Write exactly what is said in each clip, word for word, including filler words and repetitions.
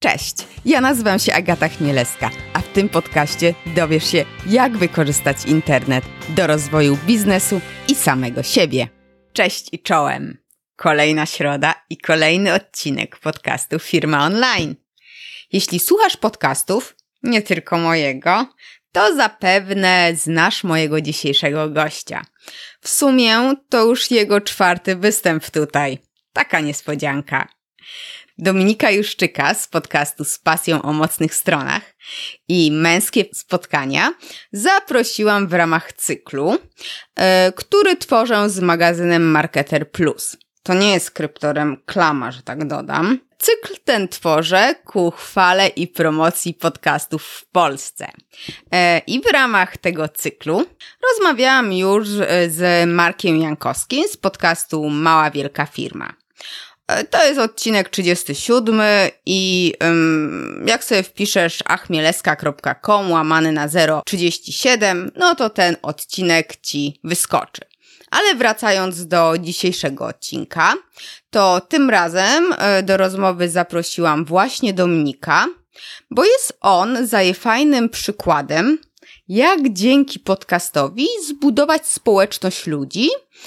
Cześć, ja nazywam się Agata Chmielewska, a w tym podcaście dowiesz się, jak wykorzystać internet do rozwoju biznesu i samego siebie. Cześć i czołem! Kolejna środa i kolejny odcinek podcastu Firma Online. Jeśli słuchasz podcastów, nie tylko mojego, to zapewne znasz mojego dzisiejszego gościa. W sumie to już jego czwarty występ tutaj. Taka niespodzianka. Dominika Juszczyka z podcastu Z pasją o mocnych stronach i Męskie spotkania zaprosiłam w ramach cyklu, yy, który tworzę z magazynem Marketer Plus. To nie jest kryptoreklama, że tak dodam. Cykl ten tworzę ku chwale i promocji podcastów w Polsce. Yy, I w ramach tego cyklu rozmawiałam już z Markiem Jankowskim z podcastu Mała Wielka Firma. To jest odcinek trzydziesty siódmy i um, jak sobie wpiszesz achmielewska kropka com łamany na zero trzydzieści siedem, no to ten odcinek ci wyskoczy. Ale wracając do dzisiejszego odcinka, to tym razem do rozmowy zaprosiłam właśnie Dominika, bo jest on zajefajnym przykładem, jak dzięki podcastowi zbudować społeczność ludzi,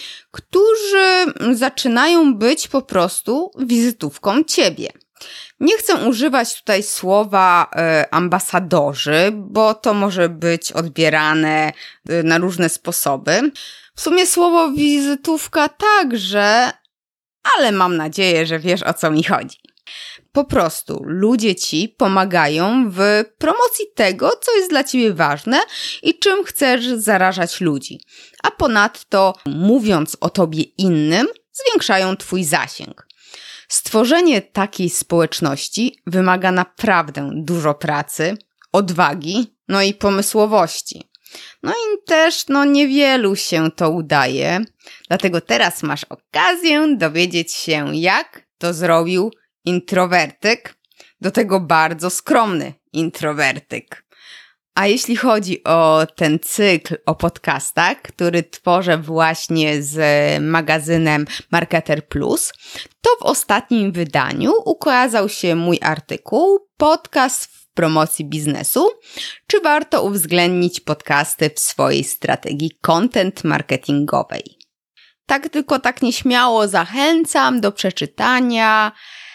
którzy zaczynają być po prostu wizytówką ciebie. Nie chcę używać tutaj słowa y, ambasadorzy, bo to może być odbierane y, na różne sposoby. W sumie słowo wizytówka także, ale mam nadzieję, że wiesz, o co mi chodzi. Po prostu ludzie ci pomagają w promocji tego, co jest dla ciebie ważne i czym chcesz zarażać ludzi. A ponadto, mówiąc o tobie innym, zwiększają twój zasięg. Stworzenie takiej społeczności wymaga naprawdę dużo pracy, odwagi, no i pomysłowości. No i też no niewielu się to udaje, dlatego teraz masz okazję dowiedzieć się, jak to zrobił introwertyk, do tego bardzo skromny introwertyk. A jeśli chodzi o ten cykl o podcastach, który tworzę właśnie z magazynem Marketer Plus, to w ostatnim wydaniu ukazał się mój artykuł Podcast w promocji biznesu. Czy warto uwzględnić podcasty w swojej strategii content marketingowej? Tak tylko tak nieśmiało zachęcam do przeczytania.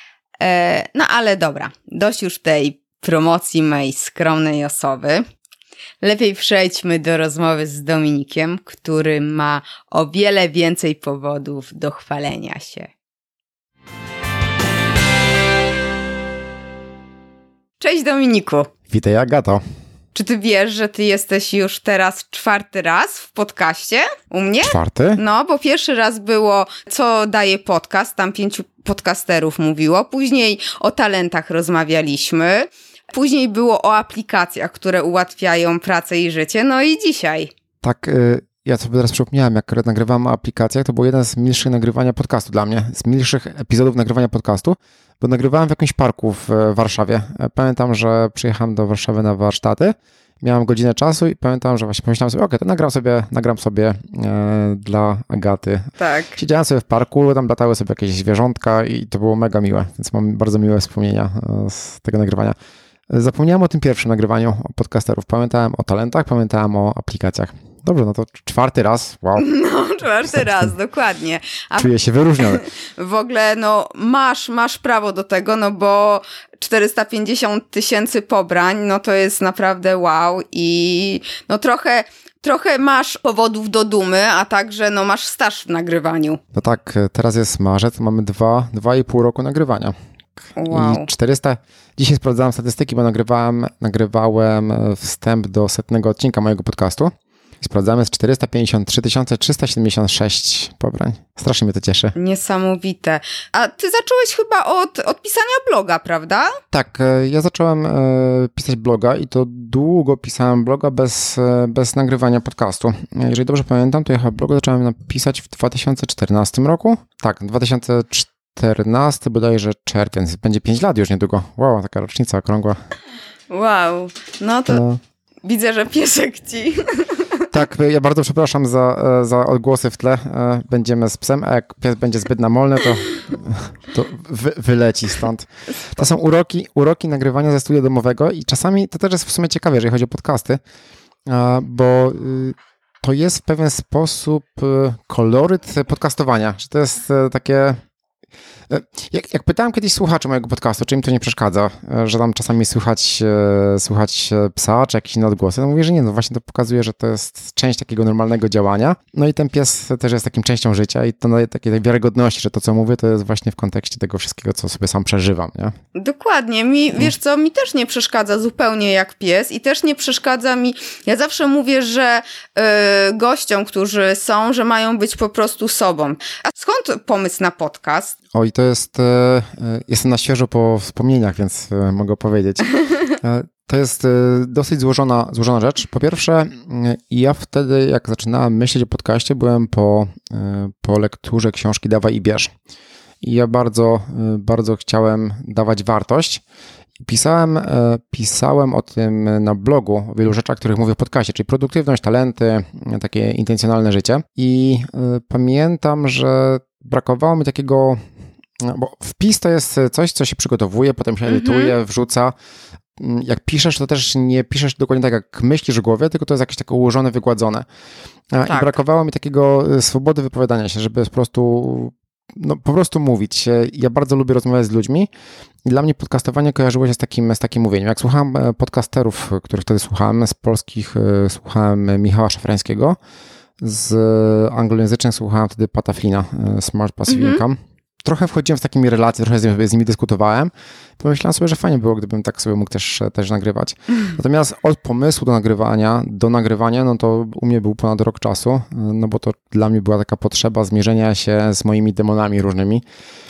No ale dobra, dość już tej promocji mojej skromnej osoby. Lepiej przejdźmy do rozmowy z Dominikiem, który ma o wiele więcej powodów do chwalenia się. Cześć Dominiku. Witaj Agato. Czy ty wiesz, że ty jesteś już teraz czwarty raz w podcaście u mnie? Czwarty? No, bo pierwszy raz było, co daje podcast, tam pięciu podcasterów mówiło, później o talentach rozmawialiśmy, później było o aplikacjach, które ułatwiają pracę i życie, no i dzisiaj. Tak, y, ja sobie teraz przypomniałem, jak nagrywam o aplikacjach, to było jeden z milszych nagrywania podcastu dla mnie, z milszych epizodów nagrywania podcastu, bo nagrywałem w jakimś parku w Warszawie. Pamiętam, że przyjechałem do Warszawy na warsztaty, miałem godzinę czasu i pamiętam, że właśnie pomyślałem sobie, okej, okay, to nagram sobie, nagram sobie e, dla Agaty. Tak. Siedziałem sobie w parku, tam latały sobie jakieś zwierzątka i to było mega miłe, więc mam bardzo miłe wspomnienia z tego nagrywania. Zapomniałem o tym pierwszym nagrywaniu podcasterów. Pamiętałem o talentach, pamiętałem o aplikacjach. Dobrze, no to czwarty raz, wow. No, czwarty raz, dokładnie. A czuję się wyróżniony. W ogóle, no, masz, masz prawo do tego, no bo czterysta pięćdziesiąt tysięcy pobrań, no to jest naprawdę wow i no trochę, trochę masz powodów do dumy, a także, no, masz staż w nagrywaniu. No tak, teraz jest marzec, mamy dwa, dwa i pół roku nagrywania. Wow. I czterysta, dzisiaj sprawdzałem statystyki, bo nagrywałem, nagrywałem wstęp do setnego odcinka mojego podcastu. Sprawdzamy z czterysta pięćdziesiąt trzy tysiące trzysta siedemdziesiąt sześć pobrań. Strasznie mnie to cieszy. Niesamowite. A ty zacząłeś chyba od, od pisania bloga, prawda? Tak, ja zacząłem e, pisać bloga i to długo pisałem bloga bez, e, bez nagrywania podcastu. Jeżeli dobrze pamiętam, to ja chyba bloga zacząłem napisać w dwa tysiące czternastym roku. Tak, dwa tysiące czternasty bodajże czerwiec. Będzie pięć lat już niedługo. Wow, taka rocznica okrągła. Wow, no to... No. Widzę, że piesek ci Tak, ja bardzo przepraszam za, za odgłosy w tle. Będziemy z psem, a jak pies będzie zbyt namolny, to, to wy, wyleci stąd. To są uroki, uroki nagrywania ze studia domowego i czasami to też jest w sumie ciekawe, jeżeli chodzi o podcasty, bo to jest w pewien sposób koloryt podcastowania, że to jest takie... Jak, jak pytałem kiedyś słuchaczy mojego podcastu, czy im to nie przeszkadza, że tam czasami słychać, słychać psa, czy jakieś inne odgłosy, no mówię, że nie, no właśnie to pokazuje, że to jest część takiego normalnego działania, no i ten pies też jest takim częścią życia i to daje takiej wiarygodności, że to, co mówię, to jest właśnie w kontekście tego wszystkiego, co sobie sam przeżywam, nie? Dokładnie. Mi, wiesz co, mi też nie przeszkadza zupełnie jak pies i też nie przeszkadza mi, ja zawsze mówię, że yy, gościom, którzy są, że mają być po prostu sobą. A skąd pomysł na podcast? Oj, to jest, jestem na świeżo po wspomnieniach, więc mogę powiedzieć. To jest dosyć złożona, złożona rzecz. Po pierwsze, ja wtedy, jak zaczynałem myśleć o podcaście, byłem po, po lekturze książki Dawaj i Bierz. I ja bardzo, bardzo chciałem dawać wartość. Pisałem, pisałem o tym na blogu, o wielu rzeczach, o których mówię w podcaście, czyli produktywność, talenty, takie intencjonalne życie. I pamiętam, że brakowało mi takiego, bo wpis to jest coś, co się przygotowuje, potem się edytuje, mm-hmm. wrzuca. Jak piszesz, to też nie piszesz dokładnie tak, jak myślisz w głowie, tylko to jest jakieś takie ułożone, wygładzone. Tak. I brakowało mi takiego swobody wypowiadania się, żeby po prostu, no, po prostu mówić. Ja bardzo lubię rozmawiać z ludźmi i dla mnie podcastowanie kojarzyło się z takim, z takim mówieniem. Jak słuchałem podcasterów, których wtedy słuchałem, z polskich słuchałem Michała Szafrańskiego, z anglojęzycznych słuchałem wtedy Pata Flina, Smart Passive mm-hmm. Income. Trochę wchodziłem w takimi relacje, trochę z, z nimi dyskutowałem. Pomyślałem sobie, że fajnie było, gdybym tak sobie mógł też, też nagrywać. Natomiast od pomysłu do nagrywania, do nagrywania, no to u mnie był ponad rok czasu, no bo to dla mnie była taka potrzeba zmierzenia się z moimi demonami różnymi,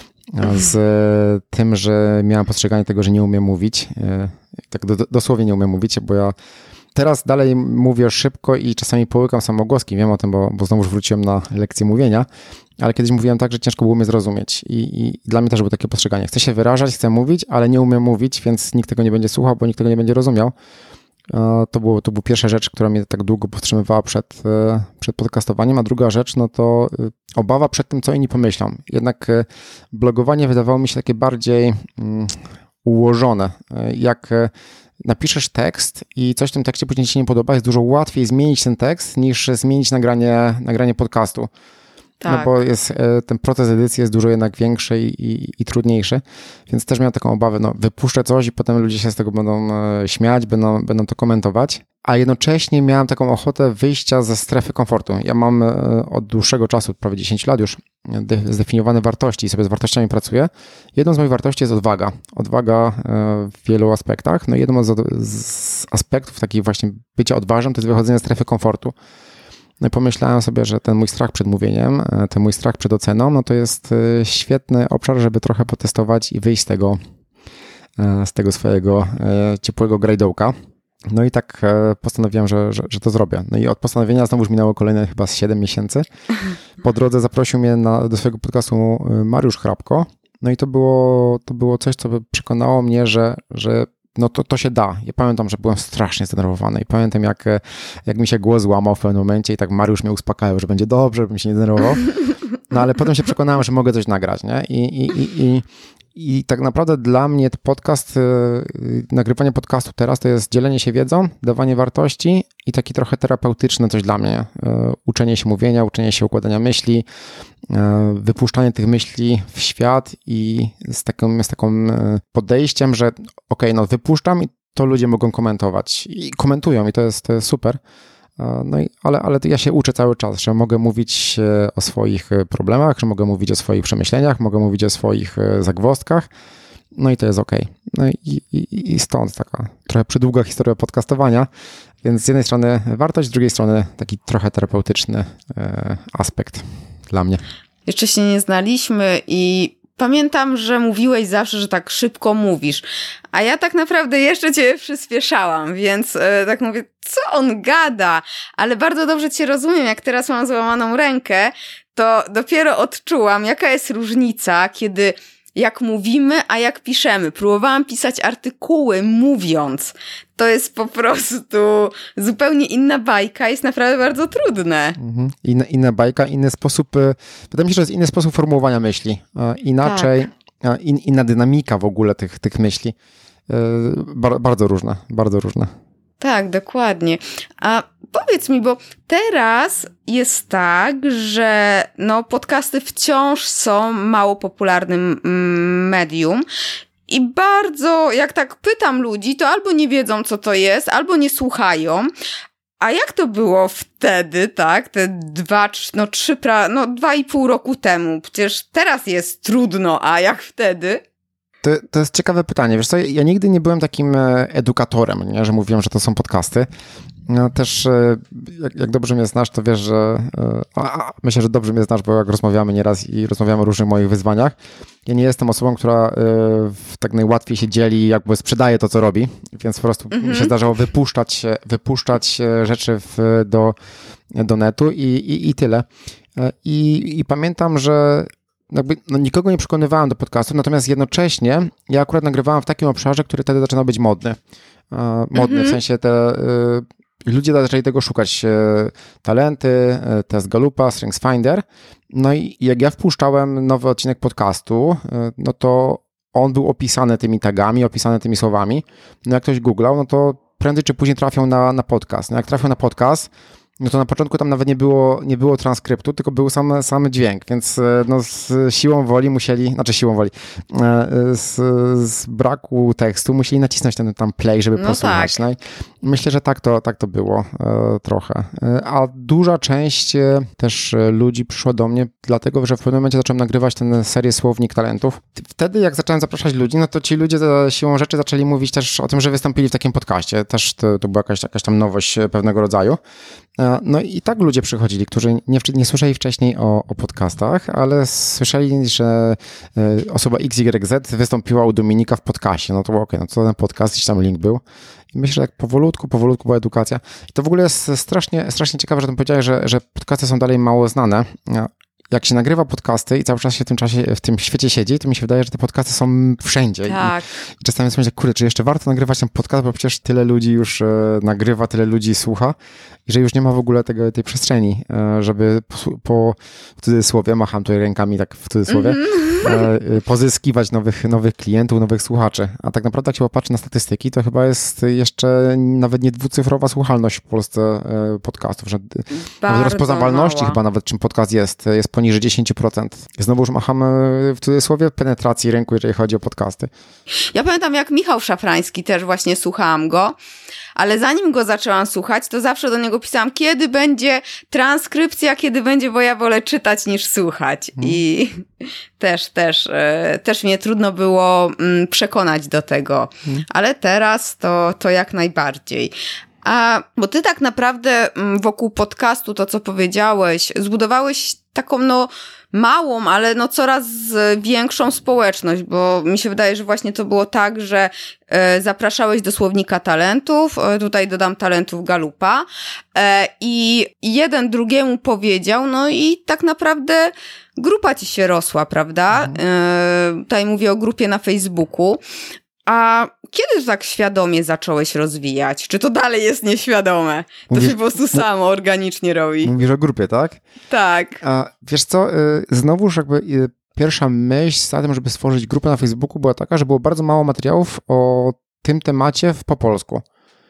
z tym, że miałem postrzeganie tego, że nie umiem mówić. Tak do, dosłownie nie umiem mówić, bo ja teraz dalej mówię szybko i czasami połykam samogłoski. Wiem o tym, bo, bo znowu wróciłem na lekcję mówienia, ale kiedyś mówiłem tak, że ciężko było mnie zrozumieć i, i dla mnie też było takie postrzeganie. Chcę się wyrażać, chcę mówić, ale nie umiem mówić, więc nikt tego nie będzie słuchał, bo nikt tego nie będzie rozumiał. To było, to była pierwsza rzecz, która mnie tak długo powstrzymywała przed, przed podcastowaniem, a druga rzecz, no to obawa przed tym, co inni pomyślą. Jednak blogowanie wydawało mi się takie bardziej um, ułożone. Jak napiszesz tekst i coś w tym tekście później ci się nie podoba, jest dużo łatwiej zmienić ten tekst niż zmienić nagranie, nagranie podcastu. Tak. No bo jest, ten proces edycji jest dużo jednak większy i, i, i trudniejszy, więc też miałem taką obawę, no wypuszczę coś i potem ludzie się z tego będą śmiać, będą, będą to komentować, a jednocześnie miałem taką ochotę wyjścia ze strefy komfortu. Ja mam od dłuższego czasu, prawie dziesięć lat już, zdefiniowane wartości i sobie z wartościami pracuję. Jedną z moich wartości jest odwaga. Odwaga w wielu aspektach. No jedną z, z aspektów takich właśnie bycia odważnym to jest wychodzenie ze strefy komfortu. No i pomyślałem sobie, że ten mój strach przed mówieniem, ten mój strach przed oceną, no to jest świetny obszar, żeby trochę potestować i wyjść z tego, z tego swojego ciepłego grajdołka. No i tak postanowiłem, że, że, że to zrobię. No i od postanowienia znowu już minęło kolejne chyba z siedem miesięcy. Po drodze zaprosił mnie na, do swojego podcastu Mariusz Hrabko. No i to było, to było coś, co przekonało mnie, że, że no to, to się da. Ja pamiętam, że byłem strasznie zdenerwowany i pamiętam, jak, jak mi się głos złamał w pewnym momencie i tak Mariusz mnie uspokajał, że będzie dobrze, żebym się nie denerwował. No ale potem się przekonałem, że mogę coś nagrać, nie? I, i, i, i, i tak naprawdę dla mnie podcast, nagrywanie podcastu teraz to jest dzielenie się wiedzą, dawanie wartości i taki trochę terapeutyczne coś dla mnie. Uczenie się mówienia, uczenie się układania myśli, wypuszczanie tych myśli w świat i z takim, z takim podejściem, że okej, okay, no wypuszczam i to ludzie mogą komentować i komentują i to jest, to jest super. No i, ale, ale ja się uczę cały czas, że mogę mówić o swoich problemach, że mogę mówić o swoich przemyśleniach, mogę mówić o swoich zagwozdkach, no i to jest okej. No i, i, i stąd taka trochę przydługa historia podcastowania, więc z jednej strony wartość, z drugiej strony taki trochę terapeutyczny aspekt dla mnie. Jeszcze się nie znaliśmy i pamiętam, że mówiłeś zawsze, że tak szybko mówisz, a ja tak naprawdę jeszcze cię przyspieszałam, więc e, tak mówię, co on gada? Ale bardzo dobrze cię rozumiem, jak teraz mam złamaną rękę, to dopiero odczułam, jaka jest różnica, kiedy jak mówimy, a jak piszemy. Próbowałam pisać artykuły mówiąc. To jest po prostu zupełnie inna bajka, jest naprawdę bardzo trudne. Mhm. Inna, inna bajka, inny sposób, wydaje mi się, że jest inny sposób formułowania myśli. Inaczej, tak. in, inna dynamika w ogóle tych, tych myśli. Bar, bardzo różne, bardzo różne. Tak, dokładnie. A powiedz mi, bo teraz jest tak, że no, podcasty wciąż są mało popularnym medium i bardzo, jak tak pytam ludzi, to albo nie wiedzą, co to jest, albo nie słuchają. A jak to było wtedy, tak? Te dwa, no trzy, no dwa i pół roku temu. Przecież teraz jest trudno, a jak wtedy? To, to jest ciekawe pytanie. Wiesz co, ja nigdy nie byłem takim edukatorem, nie? Że mówiłem, że to są podcasty. No, też jak, jak dobrze mnie znasz, to wiesz, że a, a, myślę, że dobrze mnie znasz, bo jak rozmawiamy nieraz i rozmawiamy o różnych moich wyzwaniach, ja nie jestem osobą, która y, tak najłatwiej się dzieli, jakby sprzedaje to, co robi, więc po prostu mm-hmm. mi się zdarzało wypuszczać, wypuszczać rzeczy w, do, do netu i, i, i tyle. I, i pamiętam, że jakby, no, nikogo nie przekonywałem do podcastu, natomiast jednocześnie ja akurat nagrywałem w takim obszarze, który wtedy zaczynał być modny. Uh, modny, mm-hmm. w sensie te... Y, ludzie zaczęli tego szukać. Talenty, test Gallupa, Strengths Finder. No i jak ja wpuszczałem nowy odcinek podcastu, no to on był opisany tymi tagami, opisany tymi słowami. No jak ktoś googlał, no to prędzej czy później trafią na, na podcast. No jak trafią na podcast, no to na początku tam nawet nie było, nie było transkryptu, tylko był sam, sam dźwięk, więc no z siłą woli musieli, znaczy siłą woli, z, z braku tekstu musieli nacisnąć ten tam play, żeby no posłuchać. Tak. No i myślę, że tak to, tak to było e, trochę. E, a duża część e, też ludzi przyszła do mnie, dlatego, że w pewnym momencie zacząłem nagrywać tę serię Słownik Talentów. Wtedy jak zacząłem zapraszać ludzi, no to ci ludzie siłą rzeczy zaczęli mówić też o tym, że wystąpili w takim podcaście. Też to, to była jakaś, jakaś tam nowość pewnego rodzaju. No i tak ludzie przychodzili, którzy nie, nie słyszeli wcześniej o, o podcastach, ale słyszeli, że osoba X Y Z wystąpiła u Dominika w podcastie. No to okej, okay, no to ten podcast, gdzieś tam link był. I myślę, że tak powolutku, powolutku była edukacja. I to w ogóle jest strasznie, strasznie ciekawe, że tam powiedziałeś, że, że podcasty są dalej mało znane. Jak się nagrywa podcasty i cały czas się w tym czasie, w tym świecie siedzi, to mi się wydaje, że te podcasty są wszędzie. Tak. I, i czasami myślę, kurde, czy jeszcze warto nagrywać ten podcast, bo przecież tyle ludzi już e, nagrywa, tyle ludzi słucha i że już nie ma w ogóle tego, tej przestrzeni, e, żeby po, po w cudzysłowie, macham tutaj rękami tak w cudzysłowie, mm-hmm. e, pozyskiwać nowych, nowych klientów, nowych słuchaczy. A tak naprawdę jak się popatrzy na statystyki, to chyba jest jeszcze nawet nie dwucyfrowa słuchalność w Polsce e, podcastów. Że, nawet rozpoznawalności chyba nawet, czym podcast jest, jest poniżej dziesięć procent. Znowu już machamy w cudzysłowie penetracji rynku, jeżeli chodzi o podcasty. Ja pamiętam, jak Michał Szafrański, też właśnie słuchałam go, ale zanim go zaczęłam słuchać, to zawsze do niego pisałam, kiedy będzie transkrypcja, kiedy będzie, bo ja wolę czytać niż słuchać. Hmm. I też, też, też mnie trudno było przekonać do tego. Hmm. Ale teraz to, to jak najbardziej. A, bo ty tak naprawdę wokół podcastu, to co powiedziałeś, zbudowałeś taką no małą, ale no coraz większą społeczność, bo mi się wydaje, że właśnie to było tak, że e, zapraszałeś do Słownika Talentów, e, tutaj dodam Talentów Gallupa e, i jeden drugiemu powiedział, no i tak naprawdę grupa ci się rosła, prawda? E, tutaj mówię o grupie na Facebooku. A kiedy tak świadomie zacząłeś rozwijać? Czy to dalej jest nieświadome? To mówisz, się po prostu samo organicznie robi. Mówisz o grupie, tak? Tak. A wiesz co, znowuż jakby pierwsza myśl za tym, żeby stworzyć grupę na Facebooku była taka, że było bardzo mało materiałów o tym temacie po polsku.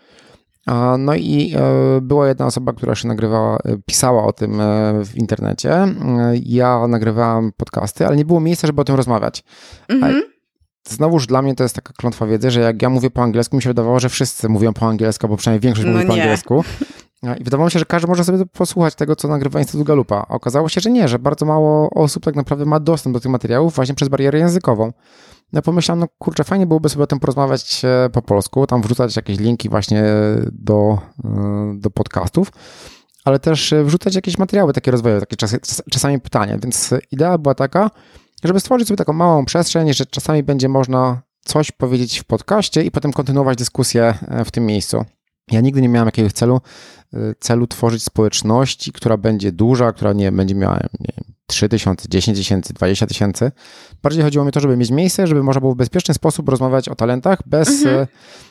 No i była jedna osoba, która się nagrywała, pisała o tym w internecie. Ja nagrywałam podcasty, ale nie było miejsca, żeby o tym rozmawiać. Mhm. Znowuż dla mnie to jest taka klątwa wiedzy, że jak ja mówię po angielsku, mi się wydawało, że wszyscy mówią po angielsku, bo przynajmniej większość no mówi nie. po angielsku. I wydawało mi się, że każdy może sobie posłuchać tego, co nagrywa Instytut Gallupa. A okazało się, że nie, że bardzo mało osób tak naprawdę ma dostęp do tych materiałów właśnie przez barierę językową. Ja pomyślałem, no kurczę, fajnie byłoby sobie o tym porozmawiać po polsku, tam wrzucać jakieś linki właśnie do, do podcastów, ale też wrzucać jakieś materiały takie rozwojowe, takie czas, czasami pytania. Więc idea była taka, żeby stworzyć sobie taką małą przestrzeń, że czasami będzie można coś powiedzieć w podcaście i potem kontynuować dyskusję w tym miejscu. Ja nigdy nie miałem jakiegoś celu, celu tworzyć społeczności, która będzie duża, która nie będzie miała nie wiem, trzy tysiące, dziesięć tysięcy, dwadzieścia tysięcy. Bardziej chodziło mi o to, żeby mieć miejsce, żeby można było w bezpieczny sposób rozmawiać o talentach bez, mhm.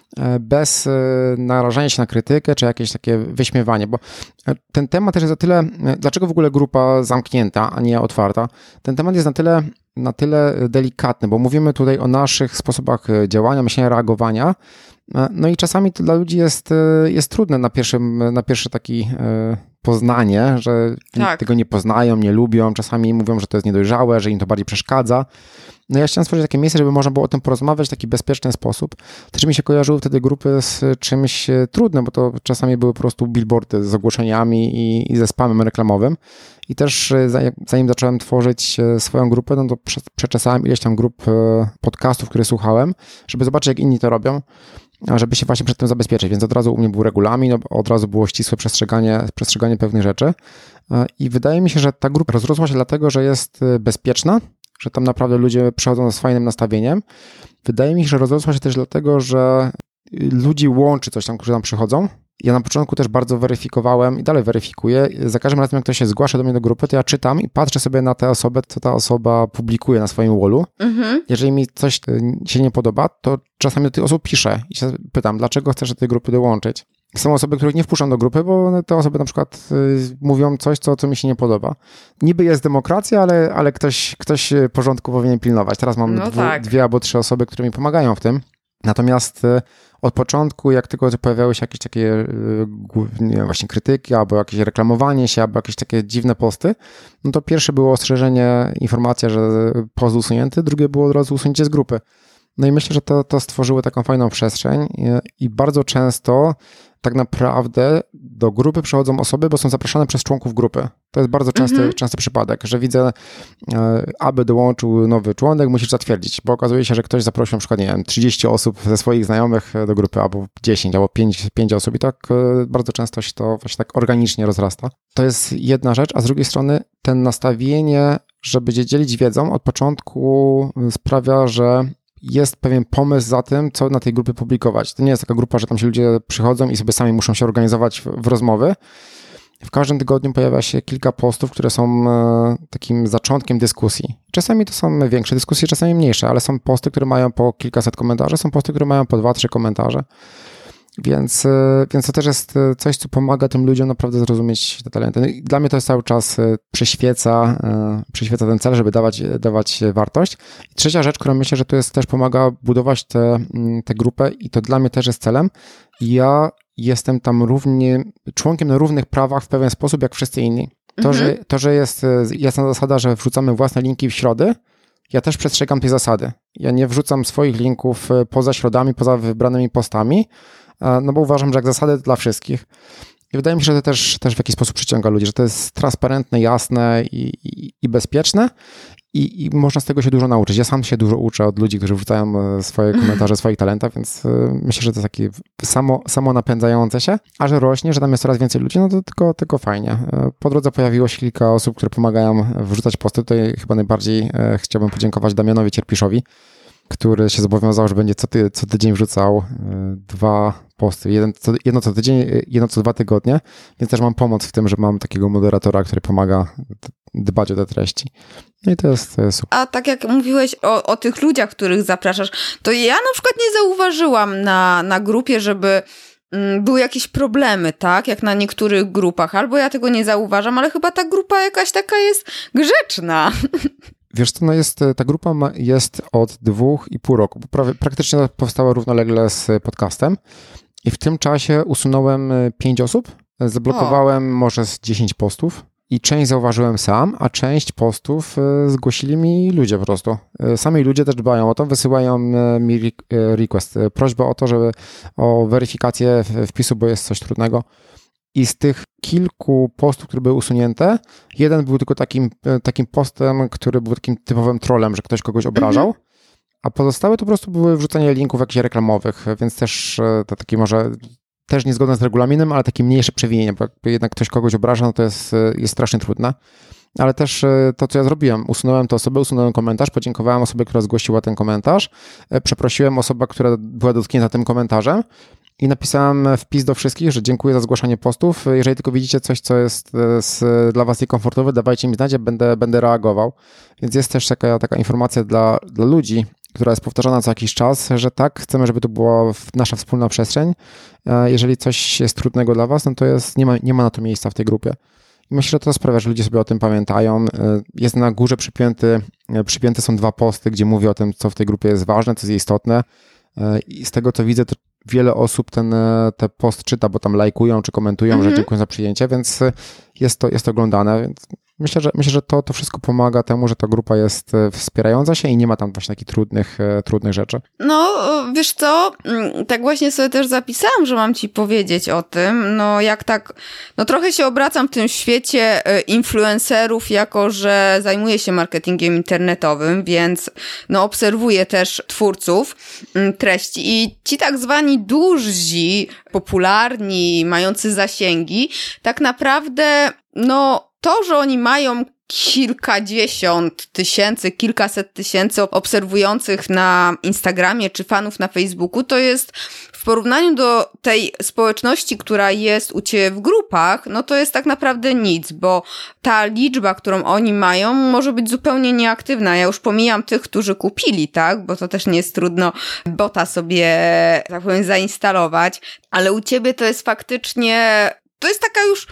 bez narażania się na krytykę czy jakieś takie wyśmiewanie, bo ten temat też jest o tyle, dlaczego w ogóle grupa zamknięta, a nie otwarta? Ten temat jest na tyle, na tyle delikatny, bo mówimy tutaj o naszych sposobach działania, myślenia, reagowania. No i czasami to dla ludzi jest, jest trudne na, pierwszym, na pierwszy taki poznanie, że tak. tego nie poznają, nie lubią, czasami mówią, że to jest niedojrzałe, że im to bardziej przeszkadza. No ja chciałem stworzyć takie miejsce, żeby można było o tym porozmawiać w taki bezpieczny sposób. Też mi się kojarzyły wtedy grupy z czymś trudnym, bo to czasami były po prostu billboardy z ogłoszeniami i, i ze spamem reklamowym. I też zanim zacząłem tworzyć swoją grupę, no to przeczesałem ileś tam grup podcastów, które słuchałem, żeby zobaczyć, jak inni to robią, a żeby się właśnie przed tym zabezpieczyć. Więc od razu u mnie był regulamin, od razu było ścisłe przestrzeganie, przestrzeganie pewnych rzeczy. I wydaje mi się, że ta grupa rozrosła się dlatego, że jest bezpieczna, że tam naprawdę ludzie przychodzą z fajnym nastawieniem. Wydaje mi się, że rozrosła się też dlatego, że ludzi łączy coś tam, którzy tam przychodzą. Ja na początku też bardzo weryfikowałem i dalej weryfikuję. Za każdym razem, jak ktoś się zgłasza do mnie do grupy, to ja czytam i patrzę sobie na tę osobę, co ta osoba publikuje na swoim wallu. Mhm. Jeżeli mi coś się nie podoba, to czasami do tych osób piszę i się pytam, dlaczego chcesz do tej grupy dołączyć. Są osoby, których nie wpuszczam do grupy, bo te osoby na przykład y, mówią coś, co, co mi się nie podoba. Niby jest demokracja, ale, ale ktoś, ktoś porządku powinien pilnować. Teraz mam no dwu, tak. dwie albo trzy osoby, które mi pomagają w tym. Natomiast y, od początku, jak tylko pojawiały się jakieś takie y, nie wiem, właśnie krytyki, albo jakieś reklamowanie się, albo jakieś takie dziwne posty, no to pierwsze było ostrzeżenie, informacja, że post usunięty, drugie było od razu usunięcie z grupy. No i myślę, że to, to stworzyło taką fajną przestrzeń i, i bardzo często tak naprawdę do grupy przychodzą osoby, bo są zapraszane przez członków grupy. To jest bardzo częsty, mm-hmm. częsty przypadek, że widzę, aby dołączył nowy członek, musisz zatwierdzić, bo okazuje się, że ktoś zaprosił na przykład, nie wiem, trzydzieści osób ze swoich znajomych do grupy, albo dziesięć, albo pięć osób i tak bardzo często się to właśnie tak organicznie rozrasta. To jest jedna rzecz, a z drugiej strony ten nastawienie, żeby się dzielić wiedzą od początku sprawia, że jest pewien pomysł za tym, co na tej grupie publikować. To nie jest taka grupa, że tam się ludzie przychodzą i sobie sami muszą się organizować w, w rozmowy. W każdym tygodniu pojawia się kilka postów, które są e, takim zaczątkiem dyskusji. Czasami to są większe dyskusje, czasami mniejsze, ale są posty, które mają po kilkaset komentarzy, są posty, które mają po dwa, trzy komentarze. Więc, więc to też jest coś, co pomaga tym ludziom naprawdę zrozumieć te talenty. No i dla mnie to jest cały czas przyświeca, przyświeca ten cel, żeby dawać, dawać wartość. I trzecia rzecz, która myślę, że tu jest też pomaga budować tę te, te grupę i to dla mnie też jest celem. Ja jestem tam równie, członkiem na równych prawach w pewien sposób, jak wszyscy inni. To, mhm. że, to, że jest jasna zasada, że wrzucamy własne linki w środy, ja też przestrzegam tej zasady. Ja nie wrzucam swoich linków poza środami, poza wybranymi postami, no bo uważam, że jak zasady dla wszystkich. I wydaje mi się, że to też, też w jakiś sposób przyciąga ludzi, że to jest transparentne, jasne i, i, i bezpieczne i, i można z tego się dużo nauczyć. Ja sam się dużo uczę od ludzi, którzy wrzucają swoje komentarze, swoich talentach, więc myślę, że to jest takie samo, samo napędzające się, a że rośnie, że tam jest coraz więcej ludzi, no to tylko, tylko fajnie. Po drodze pojawiło się kilka osób, które pomagają wrzucać posty. Tutaj chyba najbardziej chciałbym podziękować Damianowi Cierpiszowi, który się zobowiązał, że będzie co, ty, co tydzień wrzucał dwa posty, jeden co, jedno co tydzień, jedno co dwa tygodnie, więc też mam pomoc w tym, że mam takiego moderatora, który pomaga dbać o te treści. No i to jest, to jest super. A tak jak mówiłeś o, o tych ludziach, których zapraszasz, to ja na przykład nie zauważyłam na, na grupie, żeby mm, były jakieś problemy, tak? Jak na niektórych grupach. Albo ja tego nie zauważam, ale chyba ta grupa jakaś taka jest grzeczna. Wiesz co, no jest, ta grupa ma, jest od dwóch i pół roku, bo prawie, praktycznie powstała równolegle z podcastem i w tym czasie usunąłem pięć osób, zablokowałem o. może z dziesięć postów i część zauważyłem sam, a część postów zgłosili mi ludzie po prostu. Sami ludzie też dbają o to, wysyłają mi request, prośbę o to, żeby o weryfikację wpisu, bo jest coś trudnego. I z tych kilku postów, które były usunięte, jeden był tylko takim, takim postem, który był takim typowym trollem, że ktoś kogoś obrażał, mm-hmm. a pozostałe to po prostu były wrzucanie linków jakichś reklamowych, więc też to takie może też niezgodne z regulaminem, ale takie mniejsze przewinienie, bo jakby jednak ktoś kogoś obraża, no to jest, jest strasznie trudne. Ale też to, co ja zrobiłem, usunąłem tę osobę, usunąłem komentarz, podziękowałem osobie, która zgłosiła ten komentarz, przeprosiłem osobę, która była dotknięta tym komentarzem, i napisałem wpis do wszystkich, że dziękuję za zgłaszanie postów. Jeżeli tylko widzicie coś, co jest z, dla was niekomfortowe, dawajcie mi znać, ja będę, będę reagował. Więc jest też taka, taka informacja dla, dla ludzi, która jest powtarzana co jakiś czas, że tak, chcemy, żeby to była nasza wspólna przestrzeń. Jeżeli coś jest trudnego dla was, no to jest, nie ma, nie ma na to miejsca w tej grupie. I myślę, że to sprawia, że ludzie sobie o tym pamiętają. Jest na górze przypięty, przypięte są dwa posty, gdzie mówię o tym, co w tej grupie jest ważne, co jest istotne. I z tego, co widzę, to wiele osób ten, ten post czyta, bo tam lajkują czy komentują, mhm. że dziękuję za przyjęcie, więc jest to, jest to oglądane. Więc myślę, że, myślę, że to, to wszystko pomaga temu, że ta grupa jest wspierająca się i nie ma tam właśnie takich trudnych, trudnych rzeczy. No, wiesz co, tak właśnie sobie też zapisałam, że mam ci powiedzieć o tym, no jak tak, no trochę się obracam w tym świecie influencerów, jako że zajmuję się marketingiem internetowym, więc no obserwuję też twórców treści i ci tak zwani duzi, popularni, mający zasięgi, tak naprawdę, no to, że oni mają kilkadziesiąt tysięcy, kilkaset tysięcy obserwujących na Instagramie czy fanów na Facebooku, to jest w porównaniu do tej społeczności, która jest u ciebie w grupach, no to jest tak naprawdę nic, bo ta liczba, którą oni mają, może być zupełnie nieaktywna. Ja już pomijam tych, którzy kupili, tak, bo to też nie jest trudno bota sobie, tak powiem, zainstalować, ale u ciebie to jest faktycznie, to jest taka już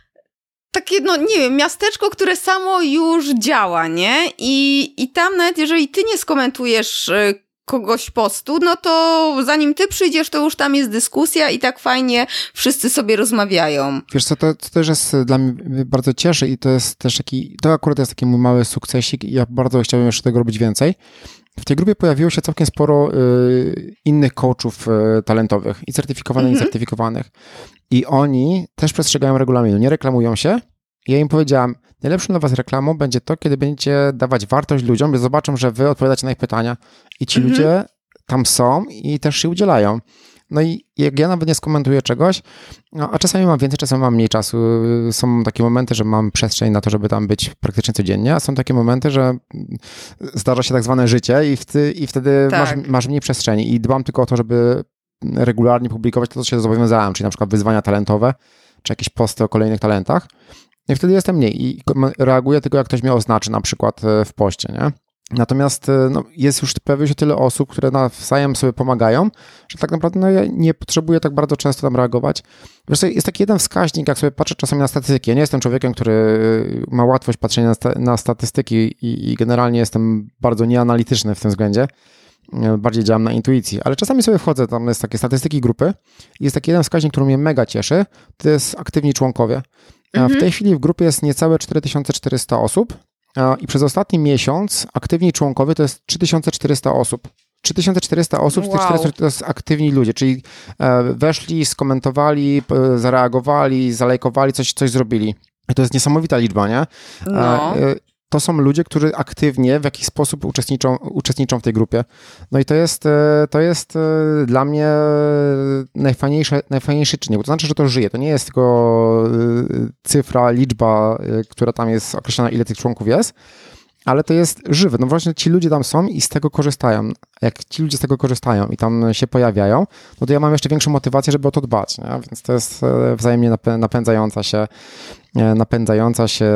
takie, no nie wiem, miasteczko, które samo już działa, nie? I, i tam nawet jeżeli ty nie skomentujesz kogoś postu, no to zanim ty przyjdziesz, to już tam jest dyskusja i tak fajnie wszyscy sobie rozmawiają. Wiesz co, to, to też jest dla mnie bardzo cieszy i to jest też taki, to akurat jest taki mój mały sukcesik i ja bardzo chciałbym jeszcze tego robić więcej. W tej grupie pojawiło się całkiem sporo y, innych coachów y, talentowych i certyfikowanych, mm-hmm. i certyfikowanych. I oni też przestrzegają regulaminu, nie reklamują się. I ja im powiedziałam, najlepszą dla was reklamą będzie to, kiedy będziecie dawać wartość ludziom, bo zobaczą, że wy odpowiadacie na ich pytania i ci mm-hmm. ludzie tam są i też się udzielają. No i jak ja nawet nie skomentuję czegoś, no, a czasami mam więcej, czasami mam mniej czasu. Są takie momenty, że mam przestrzeń na to, żeby tam być praktycznie codziennie, a są takie momenty, że zdarza się tak zwane życie i, wty, i wtedy tak. masz, masz mniej przestrzeni i dbam tylko o to, żeby regularnie publikować to, co się zobowiązałem, czyli na przykład wyzwania talentowe, czy jakieś posty o kolejnych talentach. I wtedy jestem mniej i reaguję tylko, jak ktoś mnie oznaczy na przykład w poście, nie? Natomiast no, jest już pojawiło się tyle osób, które nawzajem sobie pomagają, że tak naprawdę no, ja nie potrzebuję tak bardzo często tam reagować. Wiesz, jest taki jeden wskaźnik, jak sobie patrzę czasami na statystyki. Ja nie jestem człowiekiem, który ma łatwość patrzenia na, sta- na statystyki i, i generalnie jestem bardzo nieanalityczny w tym względzie. Bardziej działam na intuicji, ale czasami sobie wchodzę, tam jest takie statystyki grupy i jest taki jeden wskaźnik, który mnie mega cieszy, to jest aktywni członkowie. Mhm. W tej chwili w grupie jest niecałe cztery tysiące czterysta osób i przez ostatni miesiąc aktywni członkowie to jest trzy tysiące czterysta osób. trzy tysiące czterysta osób, wow. czterysta to jest aktywni ludzie, czyli weszli, skomentowali, zareagowali, zalajkowali, coś, coś zrobili. To jest niesamowita liczba, nie? No. To są ludzie, którzy aktywnie w jakiś sposób uczestniczą, uczestniczą w tej grupie. No i to jest, to jest dla mnie najfajniejsze, najfajniejszy czynnik, bo to znaczy, że to żyje. To nie jest tylko cyfra, liczba, która tam jest określona, ile tych członków jest, ale to jest żywe. No właśnie ci ludzie tam są i z tego korzystają. Jak ci ludzie z tego korzystają i tam się pojawiają, no to ja mam jeszcze większą motywację, żeby o to dbać. Nie? Więc to jest wzajemnie napędzająca się, napędzająca się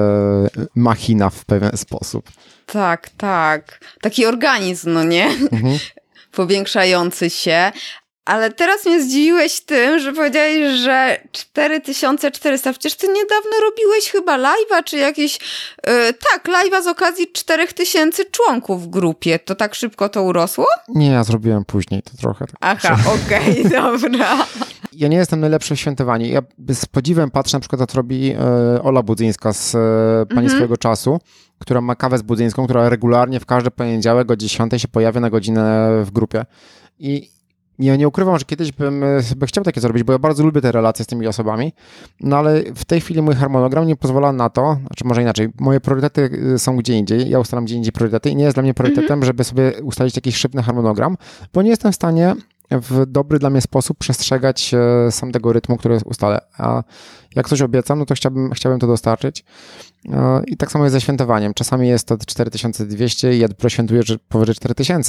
machina w pewien sposób. Tak, tak. Taki organizm, no nie? Mhm. Powiększający się. Ale teraz mnie zdziwiłeś tym, że powiedziałeś, że cztery tysiące czterysta. Przecież ty niedawno robiłeś chyba live'a, czy jakieś... Yy, tak, live'a z okazji cztery tysiące członków w grupie. To tak szybko to urosło? Nie, ja zrobiłem później to trochę. Tak. Aha, okej, okay, dobra. Ja nie jestem najlepszy w świętowaniu. Ja z podziwem patrzę na przykład, co robi e, Ola Budzyńska z e, Pani mhm. swojego czasu, która ma kawę z Budzyńską, która regularnie w każdy poniedziałek o dziesiątej się pojawia na godzinę w grupie. I Ja nie ukrywam, że kiedyś bym, bym chciał takie zrobić, bo ja bardzo lubię te relacje z tymi osobami, no ale w tej chwili mój harmonogram nie pozwala na to, znaczy może inaczej, moje priorytety są gdzie indziej, ja ustalam gdzie indziej priorytety i nie jest dla mnie priorytetem, mm-hmm. żeby sobie ustalić jakiś szybny harmonogram, bo nie jestem w stanie w dobry dla mnie sposób przestrzegać sam tego rytmu, który ustalę, a jak coś obiecam, no to chciałbym, chciałbym to dostarczyć. I tak samo jest ze świętowaniem. Czasami jest to cztery tysiące dwieście i ja dopiero świętuję, że powyżej cztery tysiące.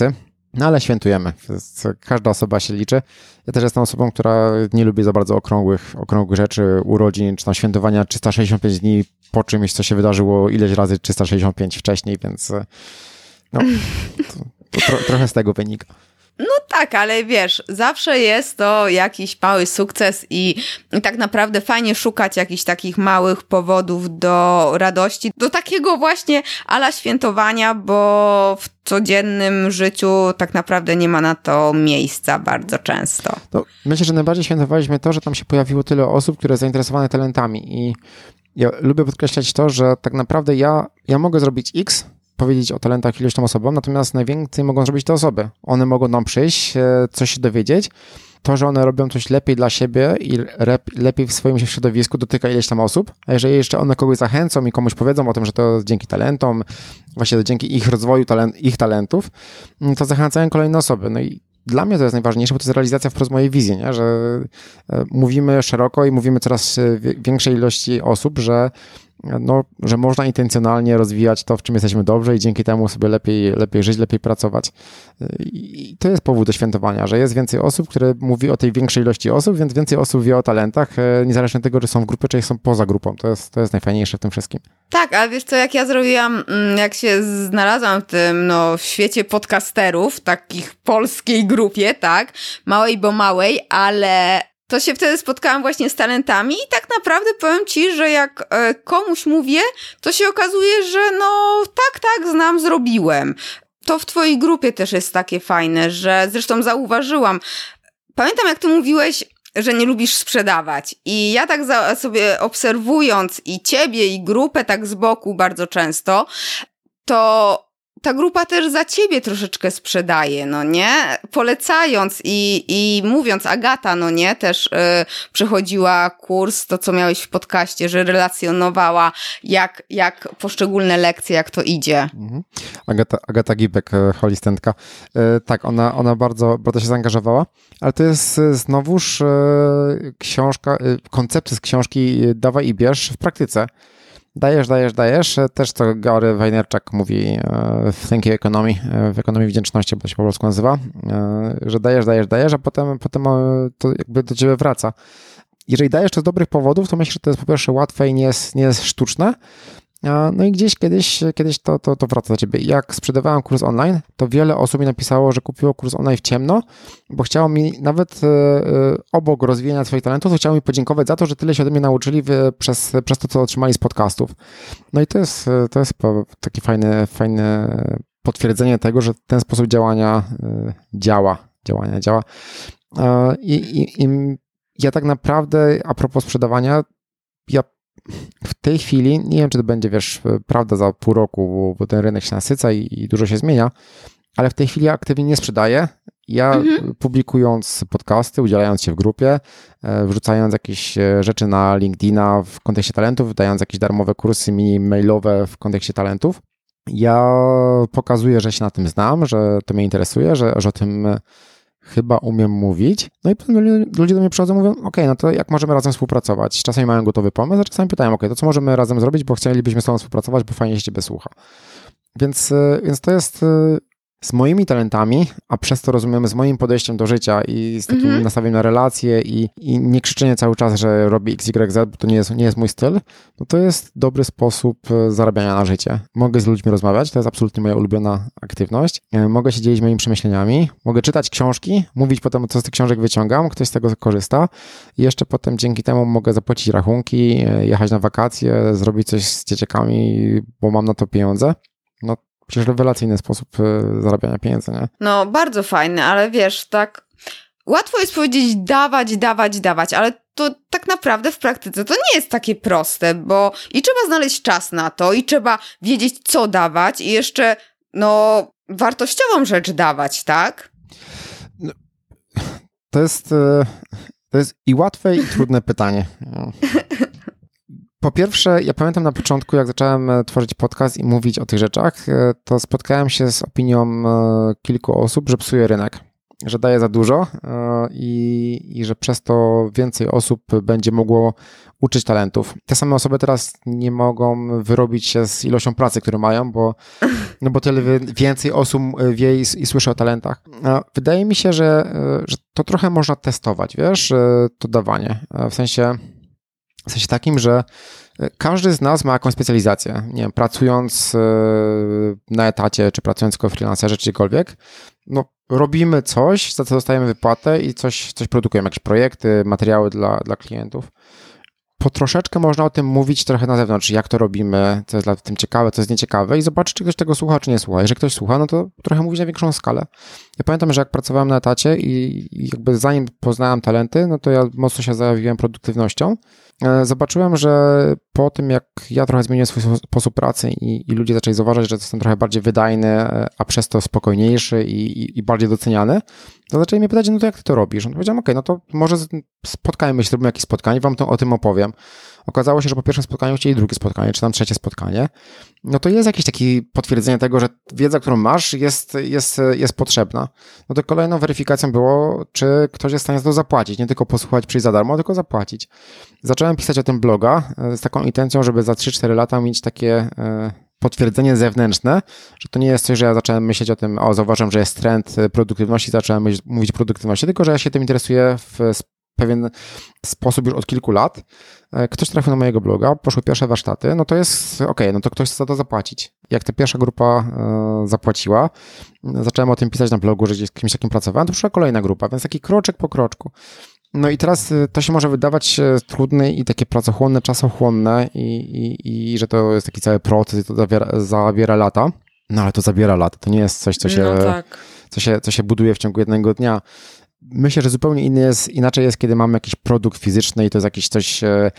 No ale świętujemy. Każda osoba się liczy. Ja też jestem osobą, która nie lubi za bardzo okrągłych, okrągłych rzeczy, urodzin, czy tam świętowania trzysta sześćdziesiąt pięć dni po czymś, co się wydarzyło ileś razy trzysta sześćdziesiąt pięć wcześniej, więc no, to, to tro, trochę z tego wynika. No tak, ale wiesz, zawsze jest to jakiś mały sukces i, i tak naprawdę fajnie szukać jakichś takich małych powodów do radości, do takiego właśnie ala świętowania, bo w codziennym życiu tak naprawdę nie ma na to miejsca bardzo często. No, myślę, że najbardziej świętowaliśmy to, że tam się pojawiło tyle osób, które są zainteresowane talentami i ja lubię podkreślać to, że tak naprawdę ja, ja mogę zrobić X, powiedzieć o talentach iluś tam osobom, natomiast najwięcej mogą zrobić te osoby. One mogą nam przyjść, coś się dowiedzieć. To, że one robią coś lepiej dla siebie i rep, lepiej w swoim środowisku dotyka ileś tam osób, a jeżeli jeszcze one kogoś zachęcą i komuś powiedzą o tym, że to dzięki talentom, właśnie to dzięki ich rozwoju talent, ich talentów, to zachęcają kolejne osoby. No i dla mnie to jest najważniejsze, bo to jest realizacja wprost mojej wizji, nie? Że mówimy szeroko i mówimy coraz większej ilości osób, że no, że można intencjonalnie rozwijać to, w czym jesteśmy dobrzy i dzięki temu sobie lepiej, lepiej żyć, lepiej pracować. I to jest powód do świętowania, że jest więcej osób, które mówi o tej większej ilości osób, więc więcej osób wie o talentach, niezależnie od tego, czy są w grupie, czy są poza grupą. To jest, to jest najfajniejsze w tym wszystkim. Tak, ale wiesz co, jak ja zrobiłam, jak się znalazłam w tym, no, w świecie podcasterów, takich polskiej grupie, tak, małej bo małej, ale to się wtedy spotkałam właśnie z talentami i tak naprawdę powiem ci, że jak e, komuś mówię, to się okazuje, że no tak, tak, znam, zrobiłem. To w twojej grupie też jest takie fajne, że zresztą zauważyłam. Pamiętam, jak ty mówiłeś, że nie lubisz sprzedawać i ja tak za, sobie obserwując i ciebie, i grupę tak z boku bardzo często, to ta grupa też za ciebie troszeczkę sprzedaje, no nie? Polecając i, i mówiąc, Agata, no nie? Też y, przechodziła kurs, to co miałeś w podcaście, że relacjonowała jak, jak poszczególne lekcje, jak to idzie. Mhm. Agata, Agata Gibek, holistentka. Y, tak, ona, ona bardzo, bardzo się zaangażowała, ale to jest znowuż y, książka, y, koncepty z książki Dawaj i bierz w praktyce. Dajesz, dajesz, dajesz. Też to Gary Vaynerchuk mówi w Thank You Economy, w ekonomii wdzięczności, bo to się po polsku nazywa, że dajesz, dajesz, dajesz, a potem, potem to jakby do ciebie wraca. Jeżeli dajesz to z dobrych powodów, to myślę, że to jest po pierwsze łatwe i nie jest, nie jest sztuczne. No i gdzieś kiedyś, kiedyś to, to, to wraca do ciebie. Jak sprzedawałem kurs online, to wiele osób mi napisało, że kupiło kurs online w ciemno, bo chciało mi nawet obok rozwijania swoich talentów, to chciało mi podziękować za to, że tyle się ode mnie nauczyli przez, przez to, co otrzymali z podcastów. No i to jest, to jest takie fajne, fajne potwierdzenie tego, że ten sposób działania działa. Działania działa. I, i, i ja tak naprawdę, a propos sprzedawania, ja w tej chwili, nie wiem, czy to będzie, wiesz, prawda za pół roku, bo ten rynek się nasyca i, i dużo się zmienia, ale w tej chwili aktywnie nie sprzedaję. Ja mhm. publikując podcasty, udzielając się w grupie, wrzucając jakieś rzeczy na LinkedIna w kontekście talentów, dając jakieś darmowe kursy mini mailowe w kontekście talentów, ja pokazuję, że się na tym znam, że to mnie interesuje, że, że o tym chyba umiem mówić. No i potem ludzie do mnie przychodzą i mówią, ok, no to jak możemy razem współpracować? Czasami mają gotowy pomysł, a czasami pytają, ok, to co możemy razem zrobić, bo chcielibyśmy z tobą współpracować, bo fajnie się ciebie słucha. Więc, więc to jest z moimi talentami, a przez to rozumiemy z moim podejściem do życia i z takim mm-hmm. nastawieniem na relacje i, i nie krzyczenie cały czas, że robię X Y Z, bo to nie jest, nie jest mój styl, no to jest dobry sposób zarabiania na życie. Mogę z ludźmi rozmawiać, to jest absolutnie moja ulubiona aktywność. Mogę się dzielić moimi przemyśleniami, mogę czytać książki, mówić potem, co z tych książek wyciągam, ktoś z tego korzysta i jeszcze potem dzięki temu mogę zapłacić rachunki, jechać na wakacje, zrobić coś z dzieciakami, bo mam na to pieniądze. No przecież rewelacyjny sposób zarabiania pieniędzy, nie? No, bardzo fajny, ale wiesz, tak łatwo jest powiedzieć dawać, dawać, dawać, ale to tak naprawdę w praktyce to nie jest takie proste, bo i trzeba znaleźć czas na to, i trzeba wiedzieć, co dawać, i jeszcze, no, wartościową rzecz dawać, tak? No, to jest, to jest i łatwe, i trudne pytanie. Po pierwsze, ja pamiętam na początku, jak zacząłem tworzyć podcast i mówić o tych rzeczach, to spotkałem się z opinią kilku osób, że psuje rynek. że daję za dużo i, i że przez to więcej osób będzie mogło uczyć talentów. Te same osoby teraz nie mogą wyrobić się z ilością pracy, które mają, bo, no bo tyle więcej osób wie i, i słyszy o talentach. Wydaje mi się, że, że to trochę można testować, wiesz, to dawanie. W sensie, w sensie takim, że każdy z nas ma jakąś specjalizację. Nie wiem, pracując na etacie, czy pracując jako freelancerze, czy gdziekolwiek, no robimy coś, za co dostajemy wypłatę i coś, coś produkujemy, jakieś projekty, materiały dla, dla klientów. Po troszeczkę można o tym mówić trochę na zewnątrz, jak to robimy, co jest dla tym ciekawe, co jest nieciekawe i zobaczyć, czy ktoś tego słucha, czy nie słucha. Jeżeli ktoś słucha, no to trochę mówić na większą skalę. Ja pamiętam, że jak pracowałem na etacie i, i jakby zanim poznałem talenty, no to ja mocno się zajawiłem produktywnością. Zobaczyłem, że po tym, jak ja trochę zmieniłem swój sposób pracy i, i ludzie zaczęli zauważać, że jestem trochę bardziej wydajny, a przez to spokojniejszy i, i, i bardziej doceniany, to zaczęli mnie pytać, no to jak ty to robisz? No to powiedziałem, okej, okay, no to może spotkajmy się, zrobimy jakieś spotkanie, wam to, o tym opowiem. Okazało się, że po pierwszym spotkaniu chcieli drugie spotkanie, czy tam trzecie spotkanie. No to jest jakieś takie potwierdzenie tego, że wiedza, którą masz, jest, jest, jest potrzebna. No to kolejną weryfikacją było, czy ktoś jest w stanie za to zapłacić. Nie tylko posłuchać, przyjść za darmo, tylko zapłacić. Zacząłem pisać o tym bloga z taką intencją, żeby za trzy cztery lata mieć takie potwierdzenie zewnętrzne, że to nie jest coś, że ja zacząłem myśleć o tym, o zauważyłem, że jest trend produktywności, zacząłem mówić o produktywności, tylko że ja się tym interesuję w pewien sposób już od kilku lat. Ktoś trafił na mojego bloga, poszły pierwsze warsztaty, no to jest okej, okay, no to ktoś chce za to zapłacić. Jak ta pierwsza grupa e, zapłaciła, zacząłem o tym pisać na blogu, że gdzieś z kimś takim pracowałem, to przyszła kolejna grupa, więc taki kroczek po kroczku. No i teraz to się może wydawać trudne i takie pracochłonne, czasochłonne i, i, i że to jest taki cały proces i to zawiera, zabiera lata, no ale to zabiera lata, to nie jest coś, co się, no tak. co się, co się buduje w ciągu jednego dnia. Myślę, że zupełnie inny jest, inaczej jest, kiedy mamy jakiś produkt fizyczny i to jest jakieś coś e,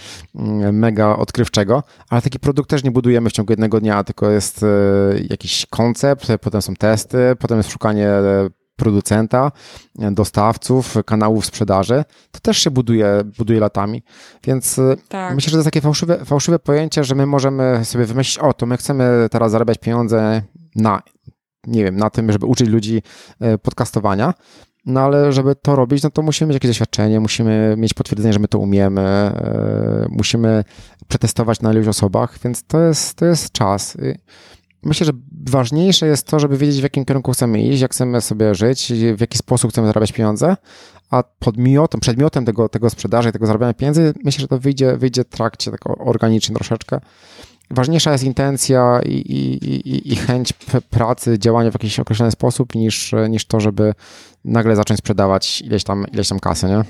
mega odkrywczego, ale taki produkt też nie budujemy w ciągu jednego dnia, tylko jest e, jakiś koncept, potem są testy, potem jest szukanie producenta, dostawców, kanałów sprzedaży. To też się buduje, buduje latami, więc tak. Myślę, że to jest takie fałszywe, fałszywe pojęcie, że my możemy sobie wymyślić, o, to my chcemy teraz zarabiać pieniądze na, nie wiem, na tym, żeby uczyć ludzi podcastowania. No ale żeby to robić, no to musimy mieć jakieś doświadczenie, musimy mieć potwierdzenie, że my to umiemy, yy, musimy przetestować na iluś osobach, więc to jest, to jest czas. Myślę, że ważniejsze jest to, żeby wiedzieć, w jakim kierunku chcemy iść, jak chcemy sobie żyć, w jaki sposób chcemy zarabiać pieniądze, a podmiotem, przedmiotem tego, tego sprzedaży, tego zarabiania pieniędzy, myślę, że to wyjdzie, wyjdzie w trakcie tak organicznie troszeczkę. Ważniejsza jest intencja i, i, i, i chęć pracy, działania w jakiś określony sposób niż, niż to, żeby nagle zacząć sprzedawać ileś tam, ileś tam kasy, nie?